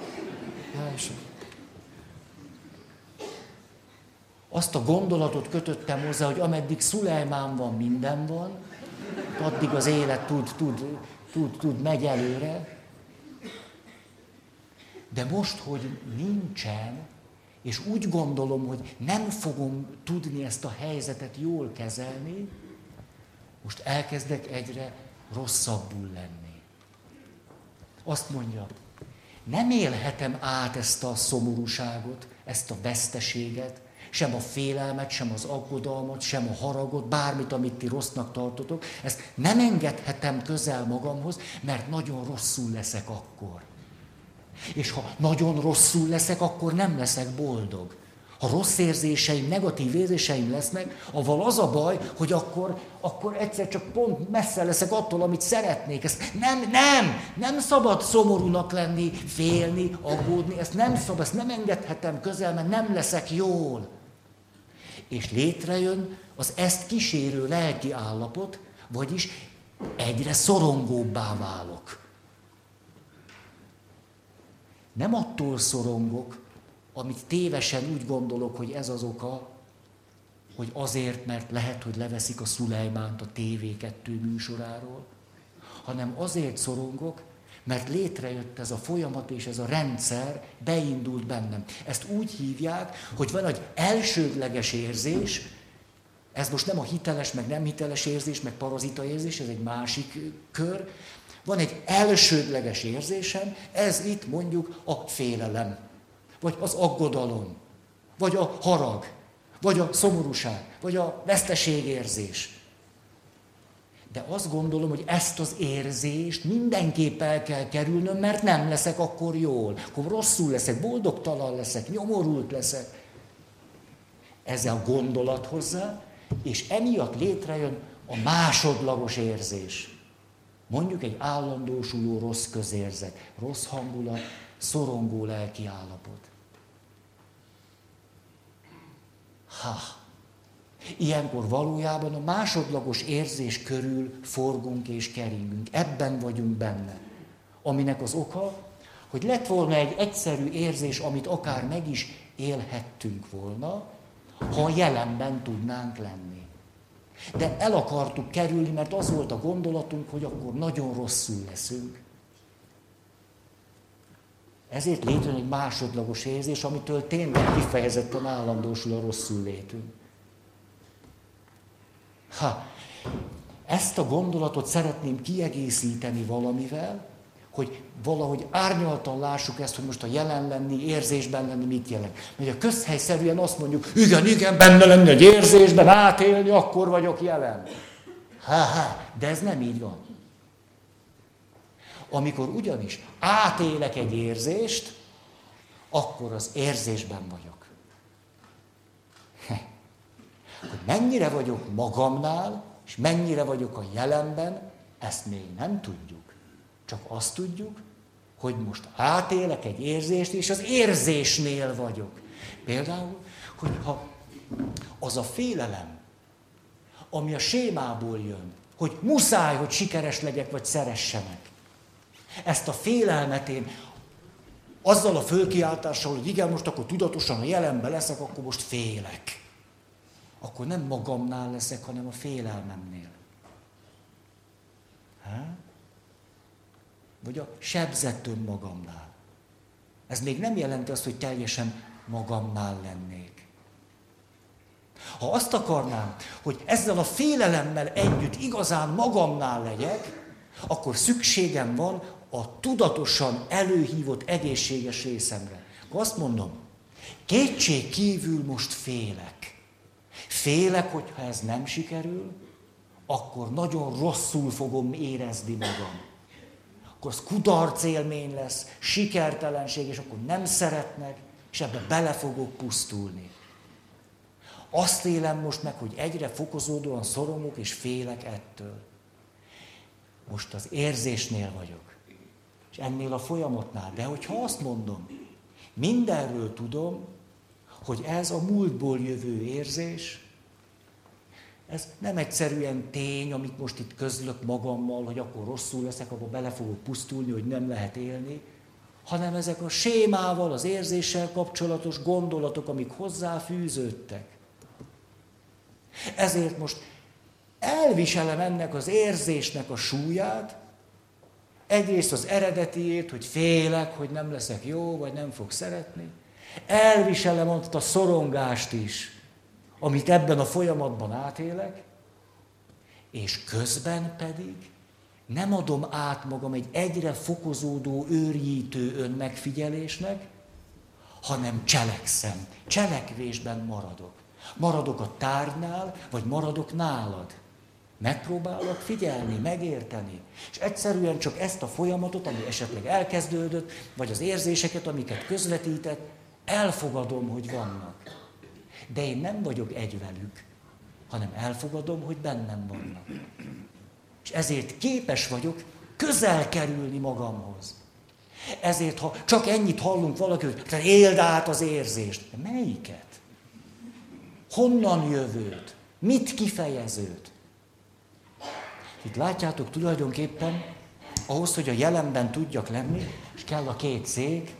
Azt a gondolatot kötöttem hozzá, hogy ameddig Szulejmán van, minden van, addig az élet tud, tud, tud, tud megy előre. De most, hogy nincsen, és úgy gondolom, hogy nem fogom tudni ezt a helyzetet jól kezelni, most elkezdek egyre rosszabbul lenni. Azt mondja, nem élhetem át ezt a szomorúságot, ezt a veszteséget, sem a félelmet, sem az aggodalmat, sem a haragot, bármit, amit ti rossznak tartotok, ezt nem engedhetem közel magamhoz, mert nagyon rosszul leszek akkor. És ha nagyon rosszul leszek, akkor nem leszek boldog. Ha rossz érzéseim, negatív érzéseim lesznek, avval az a baj, hogy akkor, akkor egyszer csak pont messze leszek attól, amit szeretnék. Ezt nem, nem, nem szabad szomorúnak lenni, félni, aggódni, ezt nem szabad, ezt nem engedhetem közel, mert nem leszek jól. És létrejön az ezt kísérő lelki állapot, vagyis egyre szorongóbbá válok. Nem attól szorongok, amit tévesen úgy gondolok, hogy ez az oka, hogy azért, mert lehet, hogy leveszik a Szulejmánt a té vé kettő műsoráról, hanem azért szorongok, mert létrejött ez a folyamat és ez a rendszer, beindult bennem. Ezt úgy hívják, hogy van egy elsődleges érzés, ez most nem a hiteles, meg nem hiteles érzés, meg parazita érzés, ez egy másik kör. Van egy elsődleges érzésem, ez itt mondjuk a félelem, vagy az aggodalom, vagy a harag, vagy a szomorúság, vagy a veszteségérzés. De azt gondolom, hogy ezt az érzést mindenképp el kell kerülnöm, mert nem leszek akkor jól. Akkor rosszul leszek, boldogtalan leszek, nyomorult leszek. Ez a gondolat hozzá, és emiatt létrejön a másodlagos érzés. Mondjuk egy állandósuló rossz közérzet, rossz hangulat, szorongó lelki állapot. Ha! Ilyenkor valójában a másodlagos érzés körül forgunk és keringünk. Ebben vagyunk benne. Aminek az oka, hogy lett volna egy egyszerű érzés, amit akár meg is élhettünk volna, ha a jelenben tudnánk lenni. De el akartuk kerülni, mert az volt a gondolatunk, hogy akkor nagyon rosszul leszünk. Ezért létrejön egy másodlagos érzés, amitől tényleg kifejezetten állandósul a rosszul létünk. Ha ezt a gondolatot szeretném kiegészíteni valamivel, hogy valahogy árnyaltan lássuk ezt, hogy most a jelen lenni, érzésben lenni mit jelent. Mert a közhelyszerűen azt mondjuk, igen, igen, benne lenni egy érzésben, átélni, akkor vagyok jelen. Ha-ha, de ez nem így van. Amikor ugyanis átélek egy érzést, akkor az érzésben vagyok. Hogy mennyire vagyok magamnál, és mennyire vagyok a jelenben, ezt még nem tudjuk. Csak azt tudjuk, hogy most átélek egy érzést, és az érzésnél vagyok. Például, hogyha az a félelem, ami a sémából jön, hogy muszáj, hogy sikeres legyek, vagy szeressenek. Ezt a félelmet én azzal a fölkiáltással, hogy igen, most akkor tudatosan a jelenben leszek, akkor most félek. Akkor nem magamnál leszek, hanem a félelmemnél. Ha? Vagy a sebzett önmagamnál. Ez még nem jelenti azt, hogy teljesen magamnál lennék. Ha azt akarnám, hogy ezzel a félelemmel együtt igazán magamnál legyek, akkor szükségem van a tudatosan előhívott egészséges részemre. Akkor azt mondom, kétség kívül most félek. Félek, hogyha ez nem sikerül, akkor nagyon rosszul fogom érezni magam. Akkor az kudarc élmény lesz, sikertelenség, és akkor nem szeretnek, és ebbe bele fogok pusztulni. Azt élem most meg, hogy egyre fokozódóan szorongok, és félek ettől. Most az érzésnél vagyok. És ennél a folyamatnál. De hogyha azt mondom, mindenről tudom, hogy ez a múltból jövő érzés, ez nem egyszerűen tény, amit most itt közlök magammal, hogy akkor rosszul leszek, akkor bele fogok pusztulni, hogy nem lehet élni, hanem ezek a sémával, az érzéssel kapcsolatos gondolatok, amik hozzáfűződtek. Ezért most elviselem ennek az érzésnek a súlyát, egyrészt az eredetiét, hogy félek, hogy nem leszek jó, vagy nem fog szeretni. Elviselem azt a szorongást is, amit ebben a folyamatban átélek, és közben pedig nem adom át magam egy egyre fokozódó, őrjítő önmegfigyelésnek, hanem cselekszem, cselekvésben maradok. Maradok a tárgynál, vagy maradok nálad. Megpróbálok figyelni, megérteni. És egyszerűen csak ezt a folyamatot, ami esetleg elkezdődött, vagy az érzéseket, amiket közvetített, elfogadom, hogy vannak. De én nem vagyok egy velük, hanem elfogadom, hogy bennem vannak. És ezért képes vagyok közel kerülni magamhoz. Ezért, ha csak ennyit hallunk valaki, hogy te éld át az érzést. De melyiket? Honnan jövőt? Mit kifejezőt? Itt látjátok tulajdonképpen, ahhoz, hogy a jelenben tudjak lenni, és kell a két szék.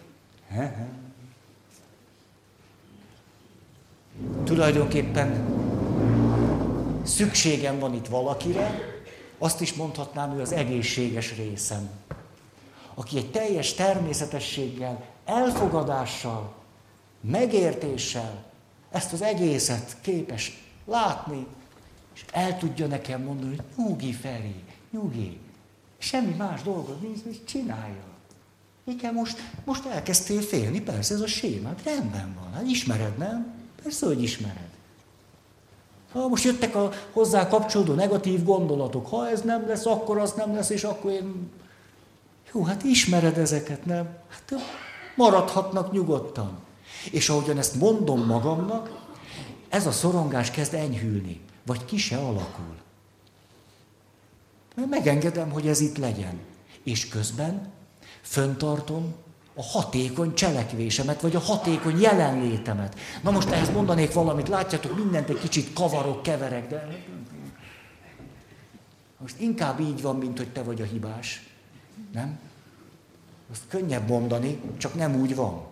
Tulajdonképpen szükségem van itt valakire, azt is mondhatnám, ő az egészséges részem. Aki egy teljes természetességgel, elfogadással, megértéssel ezt az egészet képes látni, és el tudja nekem mondani, hogy nyugi, Feri, nyugi, semmi más dolgod nincs, hogy csinálja. Igen, most, most elkezdtél félni, persze ez a sémát, rendben van, hát ismered, nem? Persze, hogy ismered. Ha most jöttek a hozzá kapcsolódó negatív gondolatok, ha ez nem lesz, akkor az nem lesz, és akkor én... Jó, hát ismered ezeket, nem? Hát maradhatnak nyugodtan. És ahogyan ezt mondom magamnak, ez a szorongás kezd enyhülni, vagy ki se alakul. Mert megengedem, hogy ez itt legyen. És közben föntartom a hatékony cselekvésemet, vagy a hatékony jelenlétemet. Na most ehhez mondanék valamit, látjátok, mindent egy kicsit kavarok, keverek, de... Most inkább így van, mint hogy te vagy a hibás. Nem? Azt könnyebb mondani, csak nem úgy van.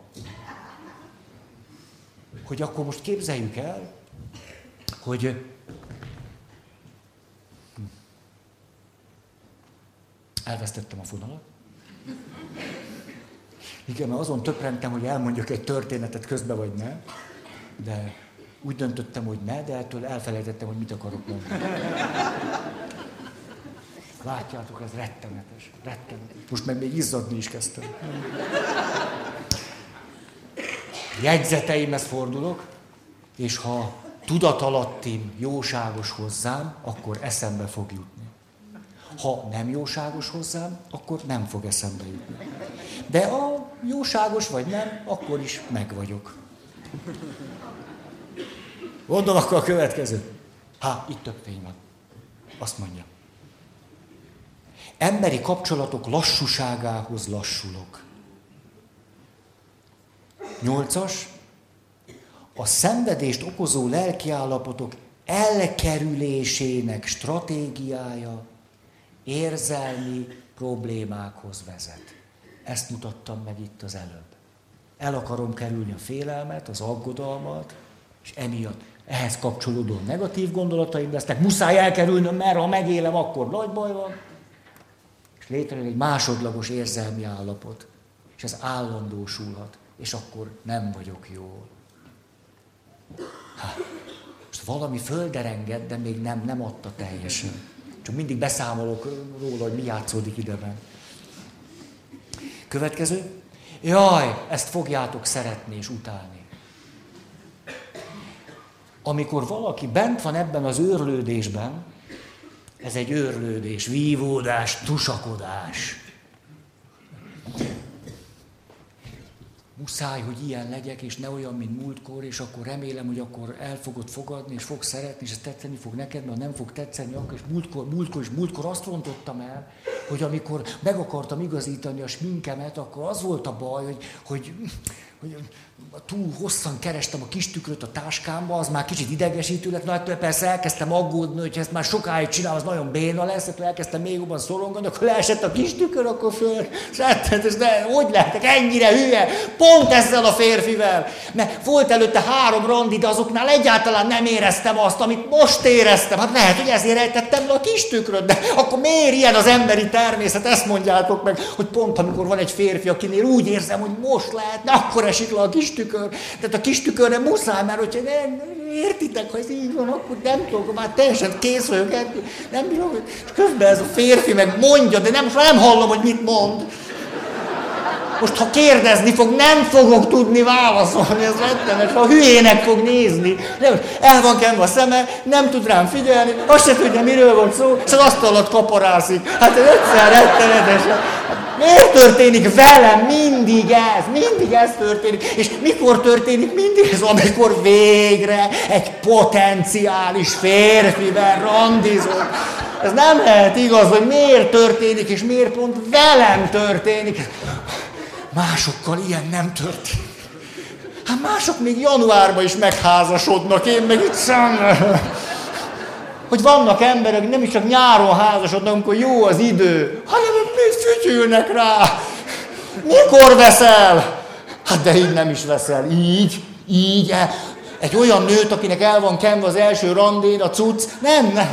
Hogy akkor most képzeljük el, hogy... Elvesztettem a fonalat. Igen, mert azon töprengtem, hogy elmondjak egy történetet közbe, vagy ne. De úgy döntöttem, hogy ne, de ettől elfelejtettem, hogy mit akarok mondani. Látjátok, ez rettenetes, rettenetes. Most meg még izzadni is kezdtem. Jegyzeteimhez fordulok, és ha tudatalattim jóságos hozzám, akkor eszembe fog jutni. Ha nem jóságos hozzám, akkor nem fog eszembe jutni. De a jóságos vagy nem, akkor is meg vagyok. Mondom akkor a következő. Há, itt több fény van. Azt mondja. Emberi kapcsolatok lassúságához lassulok. Nyolcas. A szenvedést okozó lelkiállapotok elkerülésének stratégiája érzelmi problémákhoz vezet. Ezt mutattam meg itt az előbb. El akarom kerülni a félelmet, az aggodalmat, és emiatt ehhez kapcsolódó negatív gondolataim lesznek. Muszáj elkerülnöm, mert ha megélem, akkor nagy baj van. És létrejön egy másodlagos érzelmi állapot. És ez állandósulhat. És akkor nem vagyok jól. Hát, most valami földerenged, de még nem, nem adta teljesen. Csak mindig beszámolok róla, hogy mi játszódik ideben. Következő. Jaj, ezt fogjátok szeretni és utálni. Amikor valaki bent van ebben az őrlődésben, ez egy őrlődés, vívódás, tusakodás. Muszáj, hogy ilyen legyek, és ne olyan, mint múltkor, és akkor remélem, hogy akkor el fogod fogadni, és fogsz szeretni, és ez tetszeni fog neked, mert nem fog tetszeni, akkor és múltkor, múltkor, és múltkor azt rontottam el, hogy amikor meg akartam igazítani a sminkemet, akkor az volt a baj, hogy, hogy, hogy túl hosszan kerestem a kis tükröt a táskámba, az már kicsit idegesítő lett, na persze elkezdtem aggódni, hogy ezt már sokáig csinálom, az nagyon béna lesz, akkor elkezdtem még jobban szorongani, akkor leesett a kis tükör, akkor föl, és de hogy lehetek ennyire hülye, pont ezzel a férfivel, mert volt előtte három randi, de azoknál egyáltalán nem éreztem azt, amit most éreztem, hát lehet, hogy ezért ejtettem le a kis tükröt, de akkor miért ilyen az emberi természet, ezt mondjátok meg, hogy pont amikor van egy férfi, akinél úgy érzem, hogy most lehetne, akkor esik le a kis tükör. Tehát a kis tükörre muszáj, mert hogyha nem, értitek, ha ez így van, akkor nem tudok, már teljesen kész vagyok, nem bírom, és közben ez a férfi meg mondja, de nem, nem hallom, hogy mit mond. Most, ha kérdezni fog, nem fogok tudni válaszolni, ez rettenes, ha hülyének fog nézni. Nem, el van kenve a szeme, nem tud rám figyelni, azt se tudja, miről volt szó, és az asztal alatt kaparászik. Hát ez egyszer rettenetes. Miért történik velem mindig ez? Mindig ez történik. És mikor történik mindig ez? Amikor végre egy potenciális férfivel randizok. Ez nem lehet igaz, hogy miért történik, és miért pont velem történik. Másokkal ilyen nem történik. Hát mások még januárban is megházasodnak, én meg itt sem. Hogy vannak emberek, nem is csak nyáron házasodnak, amikor jó az idő, hanem még fütyülnek rá. Mikor veszel? Hát de így nem is veszel. Így, így. Egy olyan nőt, akinek el van kenve az első randén a cucc, nem, nem.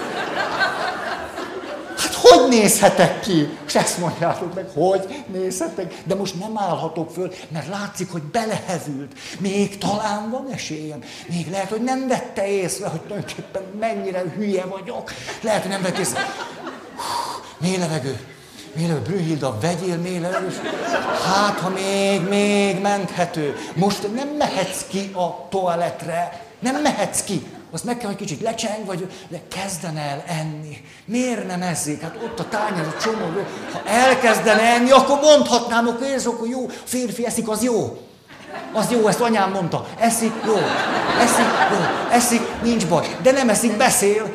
Hát hogy nézhetek ki? És ezt mondjátok meg, hogy nézhetek? De most nem állhatok föl, mert látszik, hogy belehevült. Még talán van esélyem. Még lehet, hogy nem vette észre, hogy tulajdonképpen mennyire hülye vagyok. Lehet, hogy nem vette észre. Mély levegő. Mély levegő. Brünnhilda, vegyél mély levegőt. Hát, ha még, még menthető. Most nem mehetsz ki a toaletre. Nem mehetsz ki. Azt meg kell, hogy kicsit lecseng, vagy le kezdene el enni. Miért nem eszik? Hát ott a tányér, a csomó. Ha elkezdene enni, akkor mondhatnám, akkor érzek, hogy jó, férfi eszik, az jó. Az jó, ezt anyám mondta. Eszik, jó. Eszik, jó. Eszik, nincs baj. De nem eszik, beszél.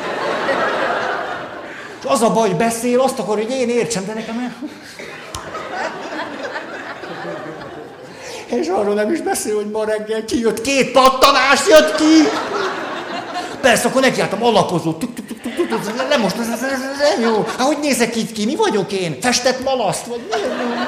És az a baj, hogy beszél, azt akar, hogy én értsem, de nekem nem. És arról nem is beszél, hogy ma reggel kijött, két pattanás jött ki. Persze, akkor nekiálltam alapozó. Nem most, ez, ez, ez, ez jó. Hát hogy nézek itt ki? Mi vagyok én? Festett malaszt? Vagy mi?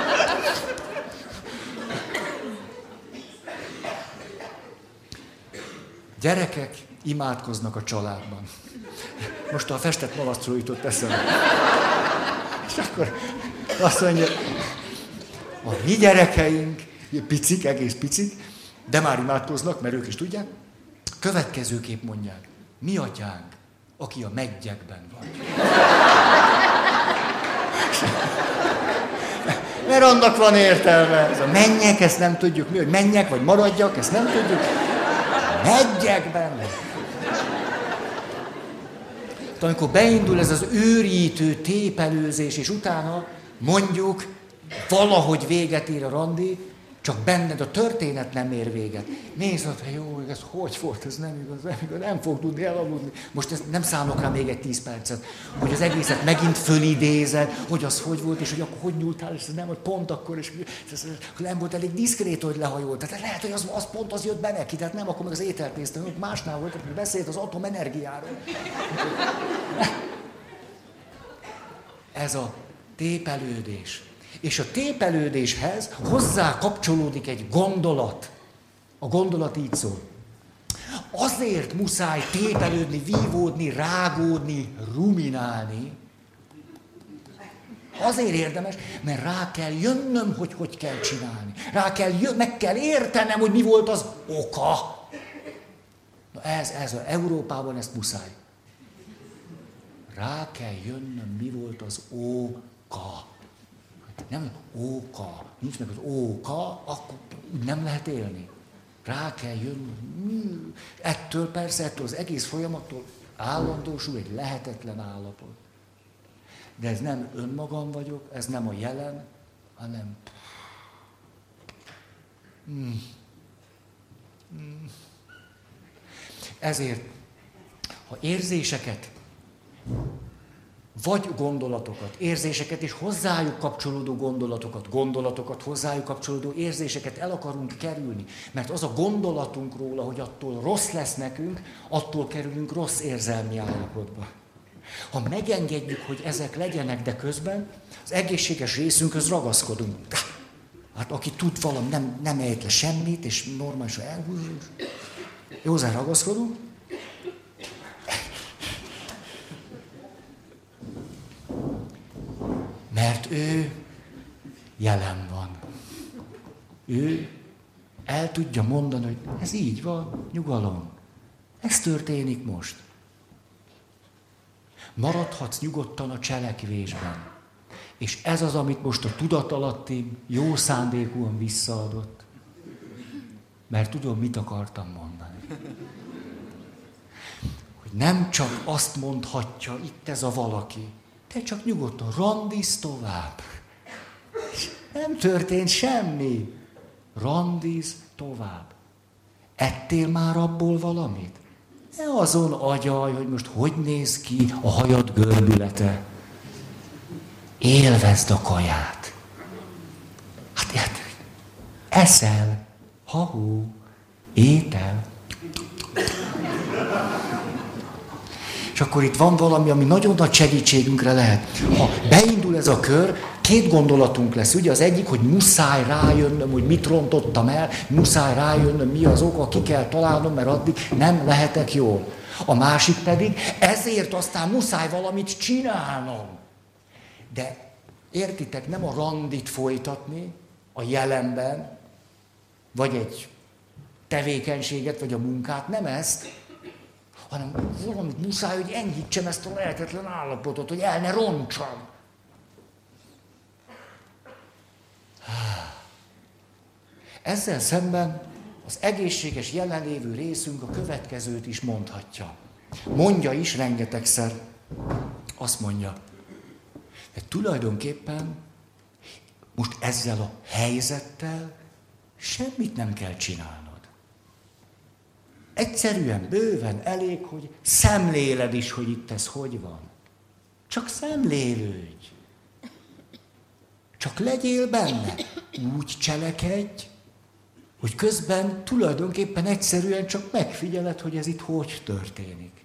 Gyerekek imádkoznak a családban. Most a festett malasztról jutott eszembe. És akkor azt mondja, a mi gyerekeink, picik, egész picik, de már imádkoznak, mert ők is tudják, következőképp mondják, mi atyánk, aki a meggyekben van. Mert annak van értelme. Ez a menjek, ezt nem tudjuk mi, hogy menjek, vagy maradjak, ezt nem tudjuk. Megyek benne. De amikor beindul ez az őrítő tépelőzés, és utána mondjuk valahogy véget ér a randi, csak benned a történet nem ér véget. Nézd, hogy jó, ez hogy volt, ez nem igaz, nem igaz, nem fog tudni elaludni. Most ezt nem számolok rá még egy tíz percet, hogy az egészet megint fölidézed, hogy az hogy volt, és hogy akkor hogy nyúltál, és ez nem, hogy pont akkor, és ez, nem volt elég diszkrét, hogy lehajolt. Tehát lehet, hogy az, az pont az jött be neki, tehát nem, akkor meg az ételtésztől, hogy másnál volt, hogy beszélt az atomenergiáról. Ez a tépelődés. És a tépelődéshez hozzá kapcsolódik egy gondolat. A gondolat így szól. Azért muszáj tépelődni, vívódni, rágódni, ruminálni. Azért érdemes, mert rá kell jönnöm, hogy hogy kell csinálni. Rá kell jön, meg kell értenem, hogy mi volt az oka. Na ez, ez, Európában ezt muszáj. Rá kell jönnöm, mi volt az oka. Nem óka, nincs meg az óka, akkor nem lehet élni. Rá kell jönni. Ettől persze, ettől az egész folyamattól állandósul egy lehetetlen állapot. De ez nem önmagam vagyok, ez nem a jelen, hanem... Hmm. Hmm. Ezért, ha érzéseket, vagy gondolatokat, érzéseket és hozzájuk kapcsolódó gondolatokat, gondolatokat, hozzájuk kapcsolódó érzéseket el akarunk kerülni. Mert az a gondolatunk róla, hogy attól rossz lesz nekünk, attól kerülünk rossz érzelmi állapotba. Ha megengedjük, hogy ezek legyenek, de közben az egészséges részünkhöz ragaszkodunk. Hát aki tud valami, nem, nem ejt le semmit, és normálisan elhúzunk. Hozzá ragaszkodunk. Mert ő jelen van. Ő el tudja mondani, hogy ez így van, nyugalom. Ez történik most. Maradhatsz nyugodtan a cselekvésben. És ez az, amit most a tudatalattim jó szándékúan visszaadott. Mert tudom, mit akartam mondani. Hogy nem csak azt mondhatja itt ez a valaki, te csak nyugodtan randiz tovább. Nem történt semmi. Randiz tovább. Ettél már abból valamit? Ne azon agyalj, hogy most hogy néz ki a hajad görbülete. Élvezd a kaját. Hát, hát eszel, ha-hó, étel. És akkor itt van valami, ami nagyon nagy segítségünkre lehet. Ha beindul ez a kör, két gondolatunk lesz. Ugye az egyik, hogy muszáj rájönnöm, hogy mit rontottam el, muszáj rájönnöm, mi az oka, ki kell találnom, mert addig nem lehetek jól. A másik pedig, ezért aztán muszáj valamit csinálnom. De értitek, nem a randit folytatni a jelenben, vagy egy tevékenységet, vagy a munkát, nem ezt, hanem valamit muszáj, hogy enyhítsem ezt a lehetetlen állapotot, hogy el ne rontsam. Ezzel szemben az egészséges jelenlévő részünk a következőt is mondhatja. Mondja is rengetegszer. Azt mondja, de tulajdonképpen most ezzel a helyzettel semmit nem kell csinálnod. Egyszerűen, bőven elég, hogy szemléled is, hogy itt ez hogy van. Csak szemlélődj. Csak legyél benne. Úgy cselekedj, hogy közben tulajdonképpen egyszerűen csak megfigyeled, hogy ez itt hogy történik.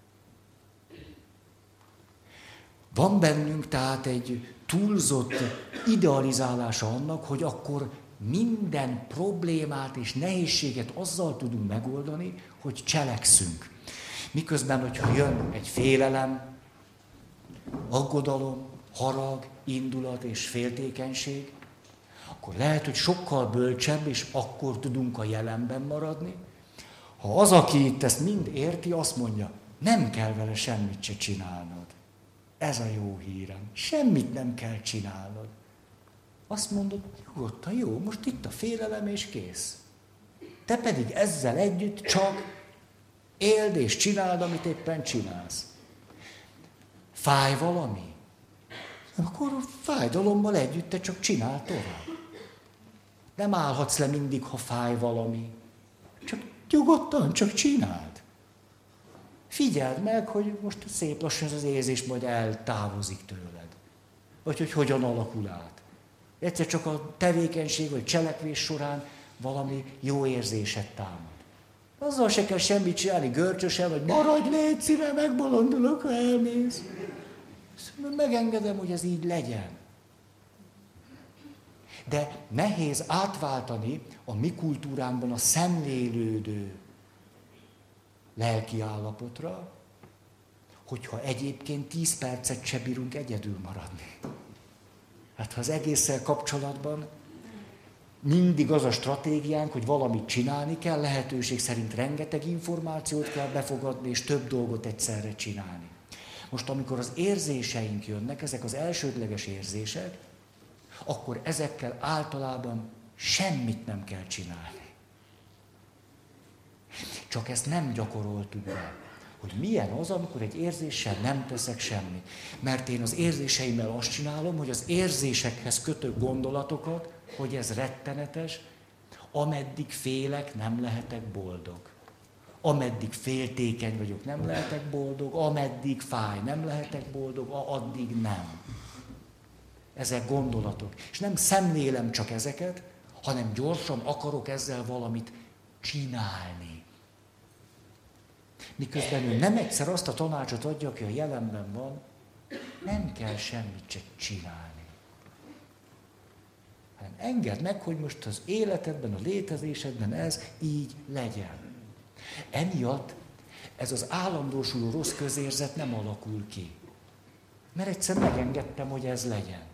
Van bennünk tehát egy túlzott idealizálása annak, hogy akkor minden problémát és nehézséget azzal tudunk megoldani, hogy cselekszünk. Miközben, hogyha jön egy félelem, aggodalom, harag, indulat és féltékenység, akkor lehet, hogy sokkal bölcsebb, és akkor tudunk a jelenben maradni. Ha az, aki itt ezt mind érti, azt mondja, nem kell vele semmit se csinálnod. Ez a jó hírem. Semmit nem kell csinálnod. Azt mondod, nyugodtan, jó, most itt a félelem és kész. Te pedig ezzel együtt csak éld és csináld, amit éppen csinálsz. Fáj valami? Akkor a fájdalommal együtt te csak csinál tovább. Nem állhatsz le mindig, ha fáj valami. Csak nyugodtan, csak csináld. Figyeld meg, hogy most szép lassan ez az érzés majd eltávozik tőled. Vagy hogy hogyan alakul át. Egyszer csak a tevékenység vagy cselekvés során valami jó érzéset támad. Azzal se kell semmit csinálni, görcsösen, vagy maradj, légy szíve, megbolondulok, ha elmész. Megengedem, hogy ez így legyen. De nehéz átváltani a mi kultúránkban a szemlélődő lelki állapotra, hogyha egyébként tíz percet se bírunk egyedül maradni. Hát ha az egésszel kapcsolatban mindig az a stratégiánk, hogy valamit csinálni kell, lehetőség szerint rengeteg információt kell befogadni, és több dolgot egyszerre csinálni. Most amikor az érzéseink jönnek, ezek az elsődleges érzések, akkor ezekkel általában semmit nem kell csinálni. Csak ezt nem gyakoroltuk be, hogy milyen az, amikor egy érzéssel nem teszek semmit. Mert én az érzéseimmel azt csinálom, hogy az érzésekhez kötök gondolatokat, hogy ez rettenetes, ameddig félek, nem lehetek boldog. Ameddig féltékeny vagyok, nem lehetek boldog, ameddig fáj, nem lehetek boldog, addig nem. Ezek gondolatok. És nem szemlélem csak ezeket, hanem gyorsan akarok ezzel valamit csinálni. Miközben ő nem egyszer azt a tanácsot adja, aki a jelenben van, nem kell semmit csak csinálni. Hanem engedd meg, hogy most az életedben, a létezésedben ez így legyen. Emiatt ez az állandósuló rossz közérzet nem alakul ki. Mert egyszer megengedtem, hogy ez legyen.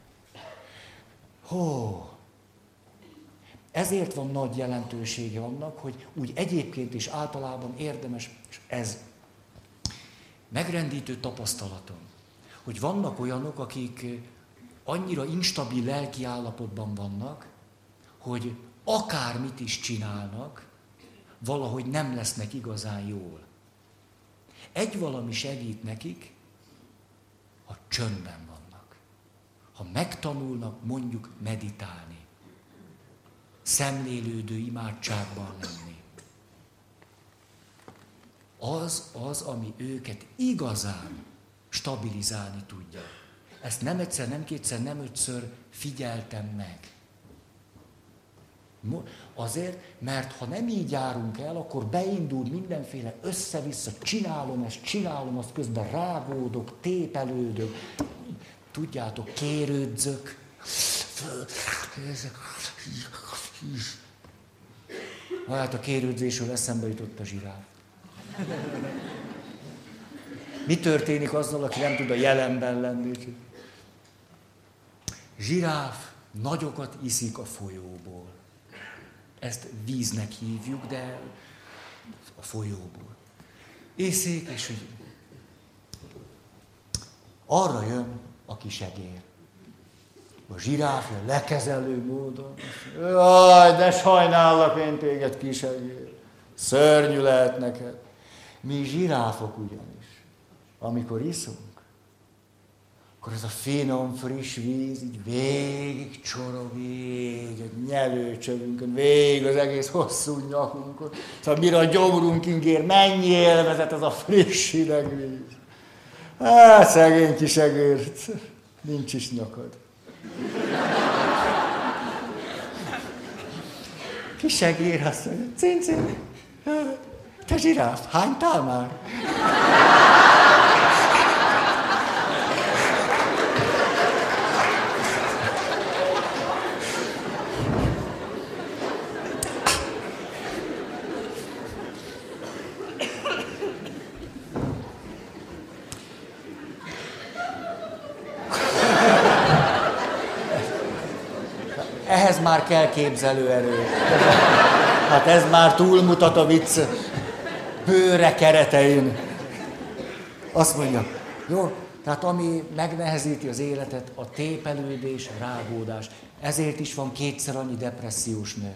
Hó! Ezért van nagy jelentősége annak, hogy úgy egyébként is általában érdemes, és ez megrendítő tapasztalatom, hogy vannak olyanok, akik annyira instabil lelki állapotban vannak, hogy akármit is csinálnak, valahogy nem lesznek igazán jól. Egy valami segít nekik, ha csöndben vannak. Ha megtanulnak mondjuk meditálni, szemlélődő imádságban lenni. Az az, ami őket igazán stabilizálni tudja. Ezt nem egyszer, nem kétszer, nem ötször figyeltem meg. Azért, mert ha nem így járunk el, akkor beindul mindenféle össze-vissza, csinálom ezt, csinálom, azt közben rágódok, tépelődök, tudjátok, kérődzök. Hát a kérődzésről eszembe jutott a zsiráf. Mi történik azzal, aki nem tud a jelenben lenni? Zsiráf nagyokat iszik a folyóból. Ezt víznek hívjuk, de a folyóból. Iszik, és hogy arra jön a kisegér. A zsiráf jön lekezelő módon. Jaj, de sajnállak én téged, kisegér. Szörnyű lehet neked. Mi zsiráfok ugyanis, amikor iszunk, akkor ez a finom, friss víz így végig csorog, végig a nyelőcsövünkön, végig az egész hosszú nyakunkon. Szóval mire a gyomrunk ingér, mennyi élvezet ez a friss hideg víz. Hát, szegény kisegért, nincs is nyakad. Kisegér azt mondja, cincin, te zsiráf, hánytál már? Ehhez már kell képzelőerő. Hát ez már túlmutat a vicc bőre keretein. Azt mondja, jó, Tehát ami megnehezíti az életet, a tépelődés, a rágódás. Ezért is van kétszer annyi depressziós nő.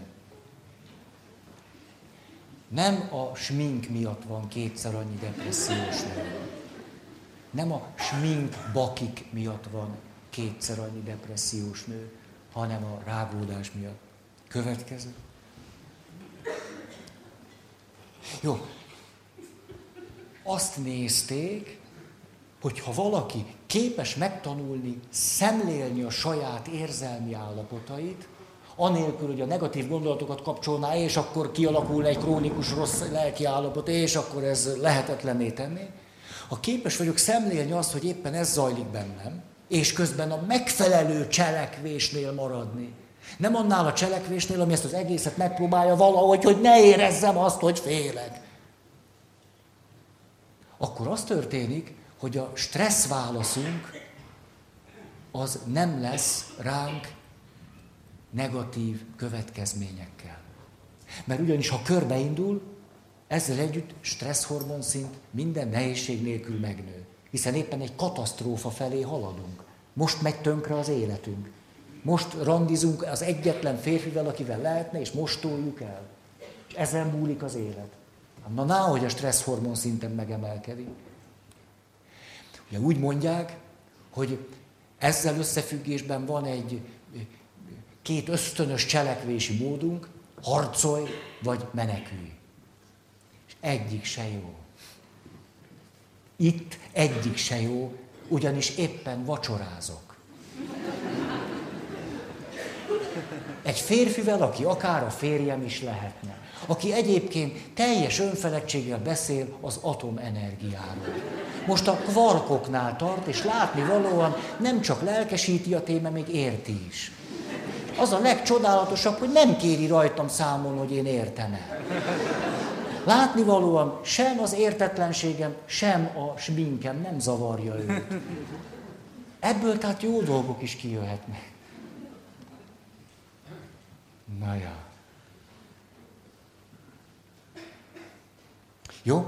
Nem a smink miatt van kétszer annyi depressziós nő. Nem a smink bakik miatt van kétszer annyi depressziós nő, hanem a rágódás miatt. Következő. Jó. Azt nézték, hogy ha valaki képes megtanulni, szemlélni a saját érzelmi állapotait, anélkül, hogy a negatív gondolatokat kapcsolná, és akkor kialakul egy krónikus rossz lelki állapot, és akkor ez lehetetlenné tenné. Ha képes vagyok szemlélni azt, hogy éppen ez zajlik bennem, és közben a megfelelő cselekvésnél maradni. Nem annál a cselekvésnél, ami ezt az egészet megpróbálja valahogy, hogy ne érezzem azt, hogy félek. Akkor az történik, hogy a stressz válaszunk az nem lesz ránk negatív következményekkel. Mert ugyanis, ha körbeindul, ezzel együtt stresszhormon szint minden nehézség nélkül megnő. Hiszen éppen egy katasztrófa felé haladunk. Most megy tönkre az életünk. Most randizunk az egyetlen férfivel, akivel lehetne, és most toljuk el. És ezen múlik az élet. Na, ná, hogy a stresszhormon szinten megemelkedik. Ugye úgy mondják, hogy ezzel összefüggésben van egy két ösztönös cselekvési módunk, harcolj vagy menekülj. És egyik se jó. Itt egyik se jó, ugyanis éppen vacsorázok. Egy férfivel, aki akár a férjem is lehetne. Aki egyébként teljes önfeledtséggel beszél az atomenergiáról. Most a kvarkoknál tart, és látnivalóan nem csak lelkesíti a téma, még érti is. Az a legcsodálatosabb, hogy nem kéri rajtam számon, hogy én értem-e. Látnivalóan sem az értetlenségem, sem a sminkem nem zavarja őt. Ebből tehát jó dolgok is kijöhetnek. Na ja. Jó?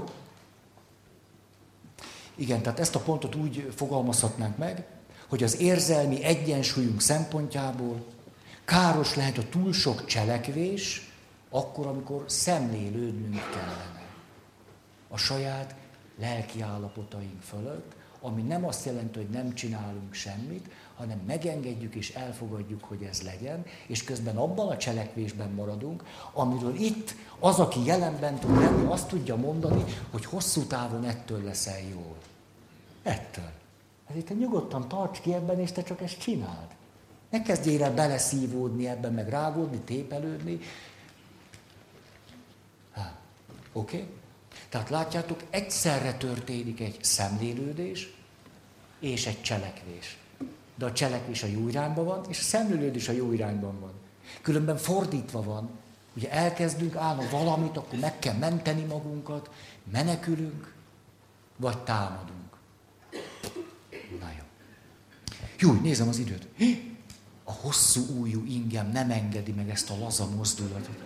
Igen, tehát ezt a pontot úgy fogalmazhatnánk meg, hogy az érzelmi egyensúlyunk szempontjából káros lehet a túl sok cselekvés, akkor, amikor szemlélődnünk kellene a saját lelki állapotaink fölött, ami nem azt jelenti, hogy nem csinálunk semmit, hanem megengedjük és elfogadjuk, hogy ez legyen, és közben abban a cselekvésben maradunk, amiről itt az, aki jelenben tud lenni, azt tudja mondani, hogy hosszú távon ettől leszel jól. Ettől. Ezért te nyugodtan tarts ki ebben, és te csak ezt csináld. Ne kezdjél el beleszívódni ebben, meg rágódni, tépelődni. Oké? Okay? Tehát látjátok, egyszerre történik egy szemlélődés és egy cselekvés. De a cselekvés a jó irányban van, és a szemlélődés a jó irányban van. Különben fordítva van. Ugye elkezdünk állni valamit, akkor meg kell menteni magunkat, menekülünk, vagy támadunk. Na jó. Jó, nézem az időt. A hosszú ujjú ingem nem engedi meg ezt a laza mozdulatot.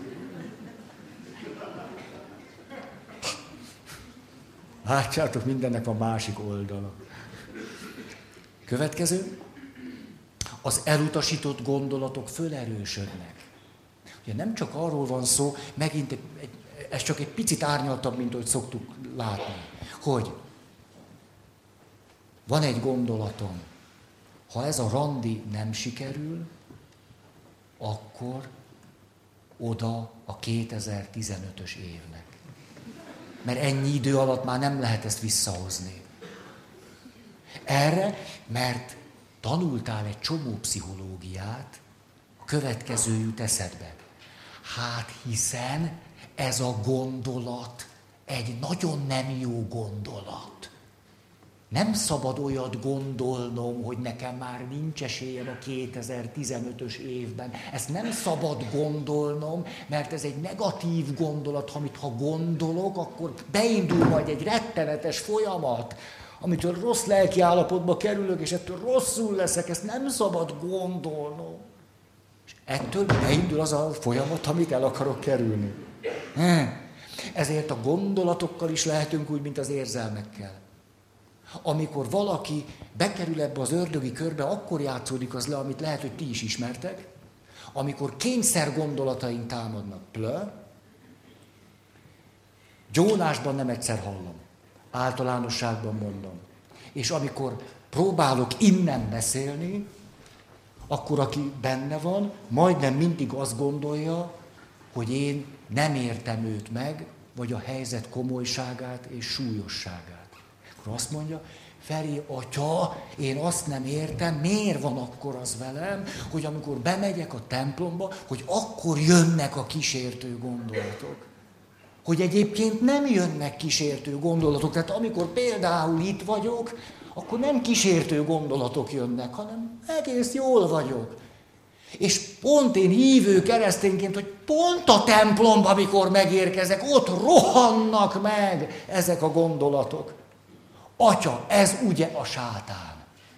Látjátok, mindennek van másik oldala. Következő. Az elutasított gondolatok fölerősödnek. Ugye nem csak arról van szó, megint egy, egy, ez csak egy picit árnyaltabb, mint ahogy szoktuk látni, hogy van egy gondolatom, ha ez a randi nem sikerül, akkor oda a kétezer-tizenötös évnek. Mert ennyi idő alatt már nem lehet ezt visszahozni. Erre, mert tanultál egy csomó pszichológiát, a következő jut eszedbe. Hát hiszen ez a gondolat egy nagyon nem jó gondolat. Nem szabad olyat gondolnom, hogy nekem már nincs esélyem a kétezer-tizenötös évben. Ezt nem szabad gondolnom, mert ez egy negatív gondolat, amit ha gondolok, akkor beindul majd egy rettenetes folyamat, amitől rossz lelki állapotba kerülök, és ettől rosszul leszek, ezt nem szabad gondolnom. És ettől beindul az a folyamat, amit el akarok kerülni. Ezért a gondolatokkal is lehetünk úgy, mint az érzelmekkel. Amikor valaki bekerül ebbe az ördögi körbe, akkor játszódik az le, amit lehet, hogy ti is ismertek, amikor kényszer gondolataink támadnak. Plö. Gyónásban nem egyszer hallom. Általánosságban mondom. És amikor próbálok innen beszélni, akkor aki benne van, majdnem mindig azt gondolja, hogy én nem értem őt meg, vagy a helyzet komolyságát és súlyosságát. Akkor azt mondja, Feri, atya, én azt nem értem, miért van akkor az velem, hogy amikor bemegyek a templomba, hogy akkor jönnek a kísértő gondolatok. Hogy egyébként nem jönnek kísértő gondolatok. Tehát amikor például itt vagyok, akkor nem kísértő gondolatok jönnek, hanem egész jól vagyok. És pont én hívő keresztényként, hogy pont a templomba, amikor megérkezek, ott rohannak meg ezek a gondolatok. Atya, ez ugye a sátán.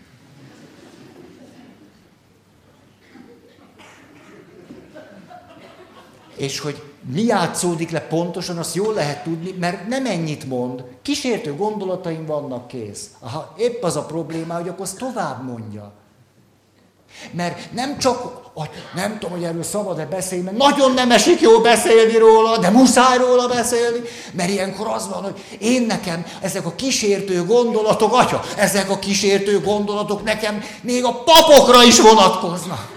És hogy mi játszódik le pontosan, azt jól lehet tudni, mert nem ennyit mond. Kísértő gondolataim vannak, kész. Aha, épp az a probléma, hogy akkor azt tovább mondja. Mert nem csak, nem tudom, hogy erről szabad-e beszélni, mert nagyon nem esik jó beszélni róla, de muszáj róla beszélni, mert ilyenkor az van, hogy én nekem ezek a kísértő gondolatok, atya, ezek a kísértő gondolatok nekem még a papokra is vonatkoznak.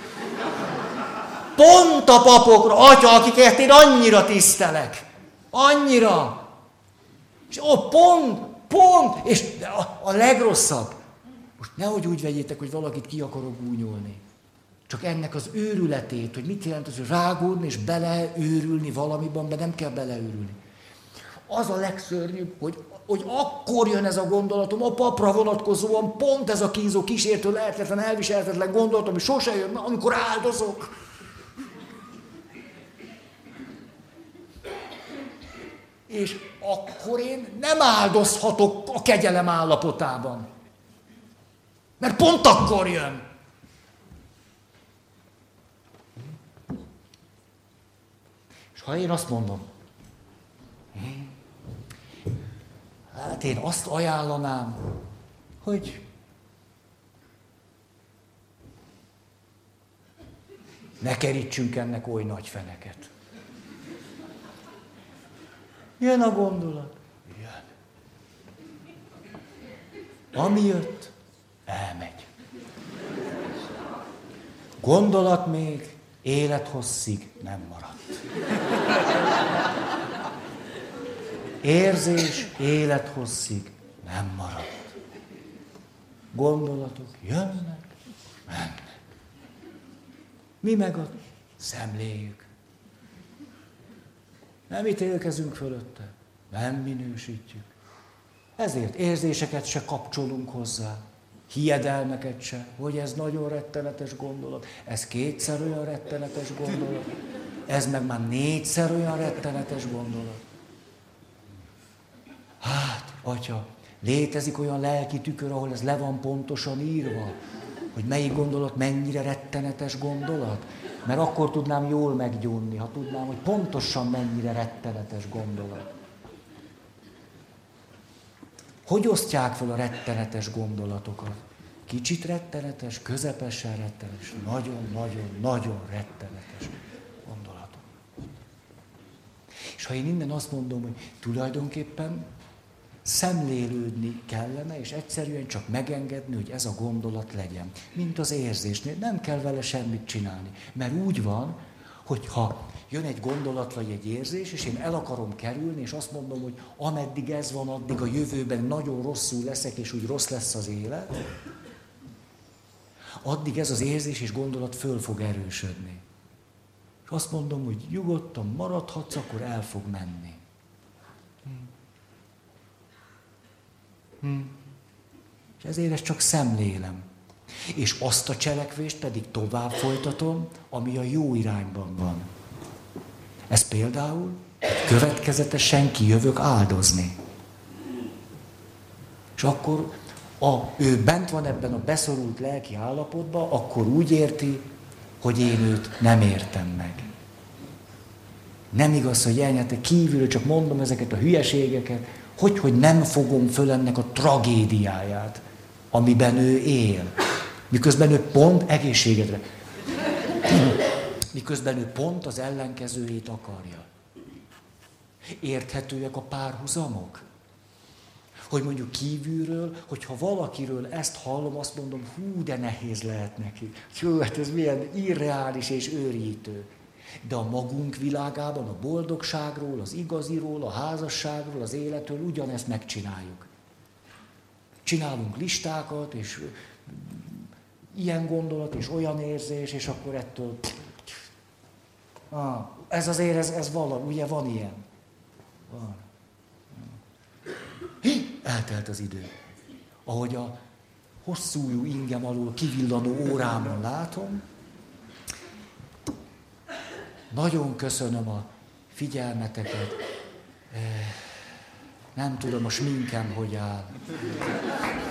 Pont a papokra, atya, akiket én annyira tisztelek. Annyira. És ó, pont, pont, és a, a legrosszabb. Most nehogy úgy vegyétek, hogy valakit ki akarok gúnyolni. Csak ennek az őrületét, hogy mit jelent az, hogy rágódni és beleőrülni valamiben, de nem kell beleőrülni. Az a legszörnyűbb, hogy, hogy akkor jön ez a gondolatom, a papra vonatkozóan pont ez a kínzó, kísértő, lehetetlen, elviselhetetlen gondolatom, hogy sose jön, amikor áldozok. És akkor én nem áldozhatok a kegyelem állapotában. Mert pont akkor jön. És ha én azt mondom, hát én azt ajánlanám, hogy ne kerítsünk ennek oly nagy feneket. Jön a gondolat. Jön. Ami jött, elmegy. Gondolat még élethosszig nem maradt. Érzés élethosszig nem maradt. Gondolatok jönnek, mennek. Mi meg a szemléljük. Nem ítélkezünk fölötte, nem minősítjük. Ezért érzéseket se kapcsolunk hozzá, hiedelmeket se, hogy ez nagyon rettenetes gondolat, ez kétszer olyan rettenetes gondolat, ez meg már négyszer olyan rettenetes gondolat. Hát, atya, létezik olyan lelki tükör, ahol ez le van pontosan írva, hogy melyik gondolat mennyire rettenetes gondolat? Mert akkor tudnám jól meggyónni, ha tudnám, hogy pontosan mennyire rettenetes gondolat. Hogy osztják fel a rettenetes gondolatokat? Kicsit rettenetes, közepesen rettenetes, nagyon-nagyon-nagyon rettenetes gondolatok. És ha én innen azt mondom, hogy tulajdonképpen szemlélődni kellene, és egyszerűen csak megengedni, hogy ez a gondolat legyen. Mint az érzésnél. Nem kell vele semmit csinálni. Mert úgy van, hogy ha jön egy gondolat vagy egy érzés, és én el akarom kerülni, és azt mondom, hogy ameddig ez van, addig a jövőben nagyon rosszul leszek, és úgy rossz lesz az élet, addig ez az érzés és gondolat föl fog erősödni. És azt mondom, hogy nyugodtan maradhatsz, akkor el fog menni. Hm. És ezért ezt csak szemlélem. És azt a cselekvést pedig tovább folytatom, ami a jó irányban van. Ez például következetesen kijövök áldozni. És akkor a, ő bent van ebben a beszorult lelki állapotban, akkor úgy érti, hogy én őt nem értem meg. Nem igaz, hogy elnyerte kívülről, csak mondom ezeket a hülyeségeket, Hogy, hogy nem fogom föl ennek a tragédiáját, amiben ő él. Miközben ő pont egészségedre. Miközben ő pont az ellenkezőjét akarja. Érthetőek a párhuzamok? Hogy mondjuk kívülről, hogyha valakiről ezt hallom, azt mondom, hú, de nehéz lehet neki. Hú, hát ez milyen irreális és őrítő. De a magunk világában, a boldogságról, az igaziról, a házasságról, az életről ugyanezt megcsináljuk. Csinálunk listákat, és ilyen gondolat, és olyan érzés, és akkor ettől... Ah, ez azért, ez, ez valami, ugye van ilyen? Van. Hí, eltelt az idő. Ahogy a hosszújú ingem alól kivillanó órámon látom, nagyon köszönöm a figyelmeteket. Nem tudom, a sminkem hogy áll.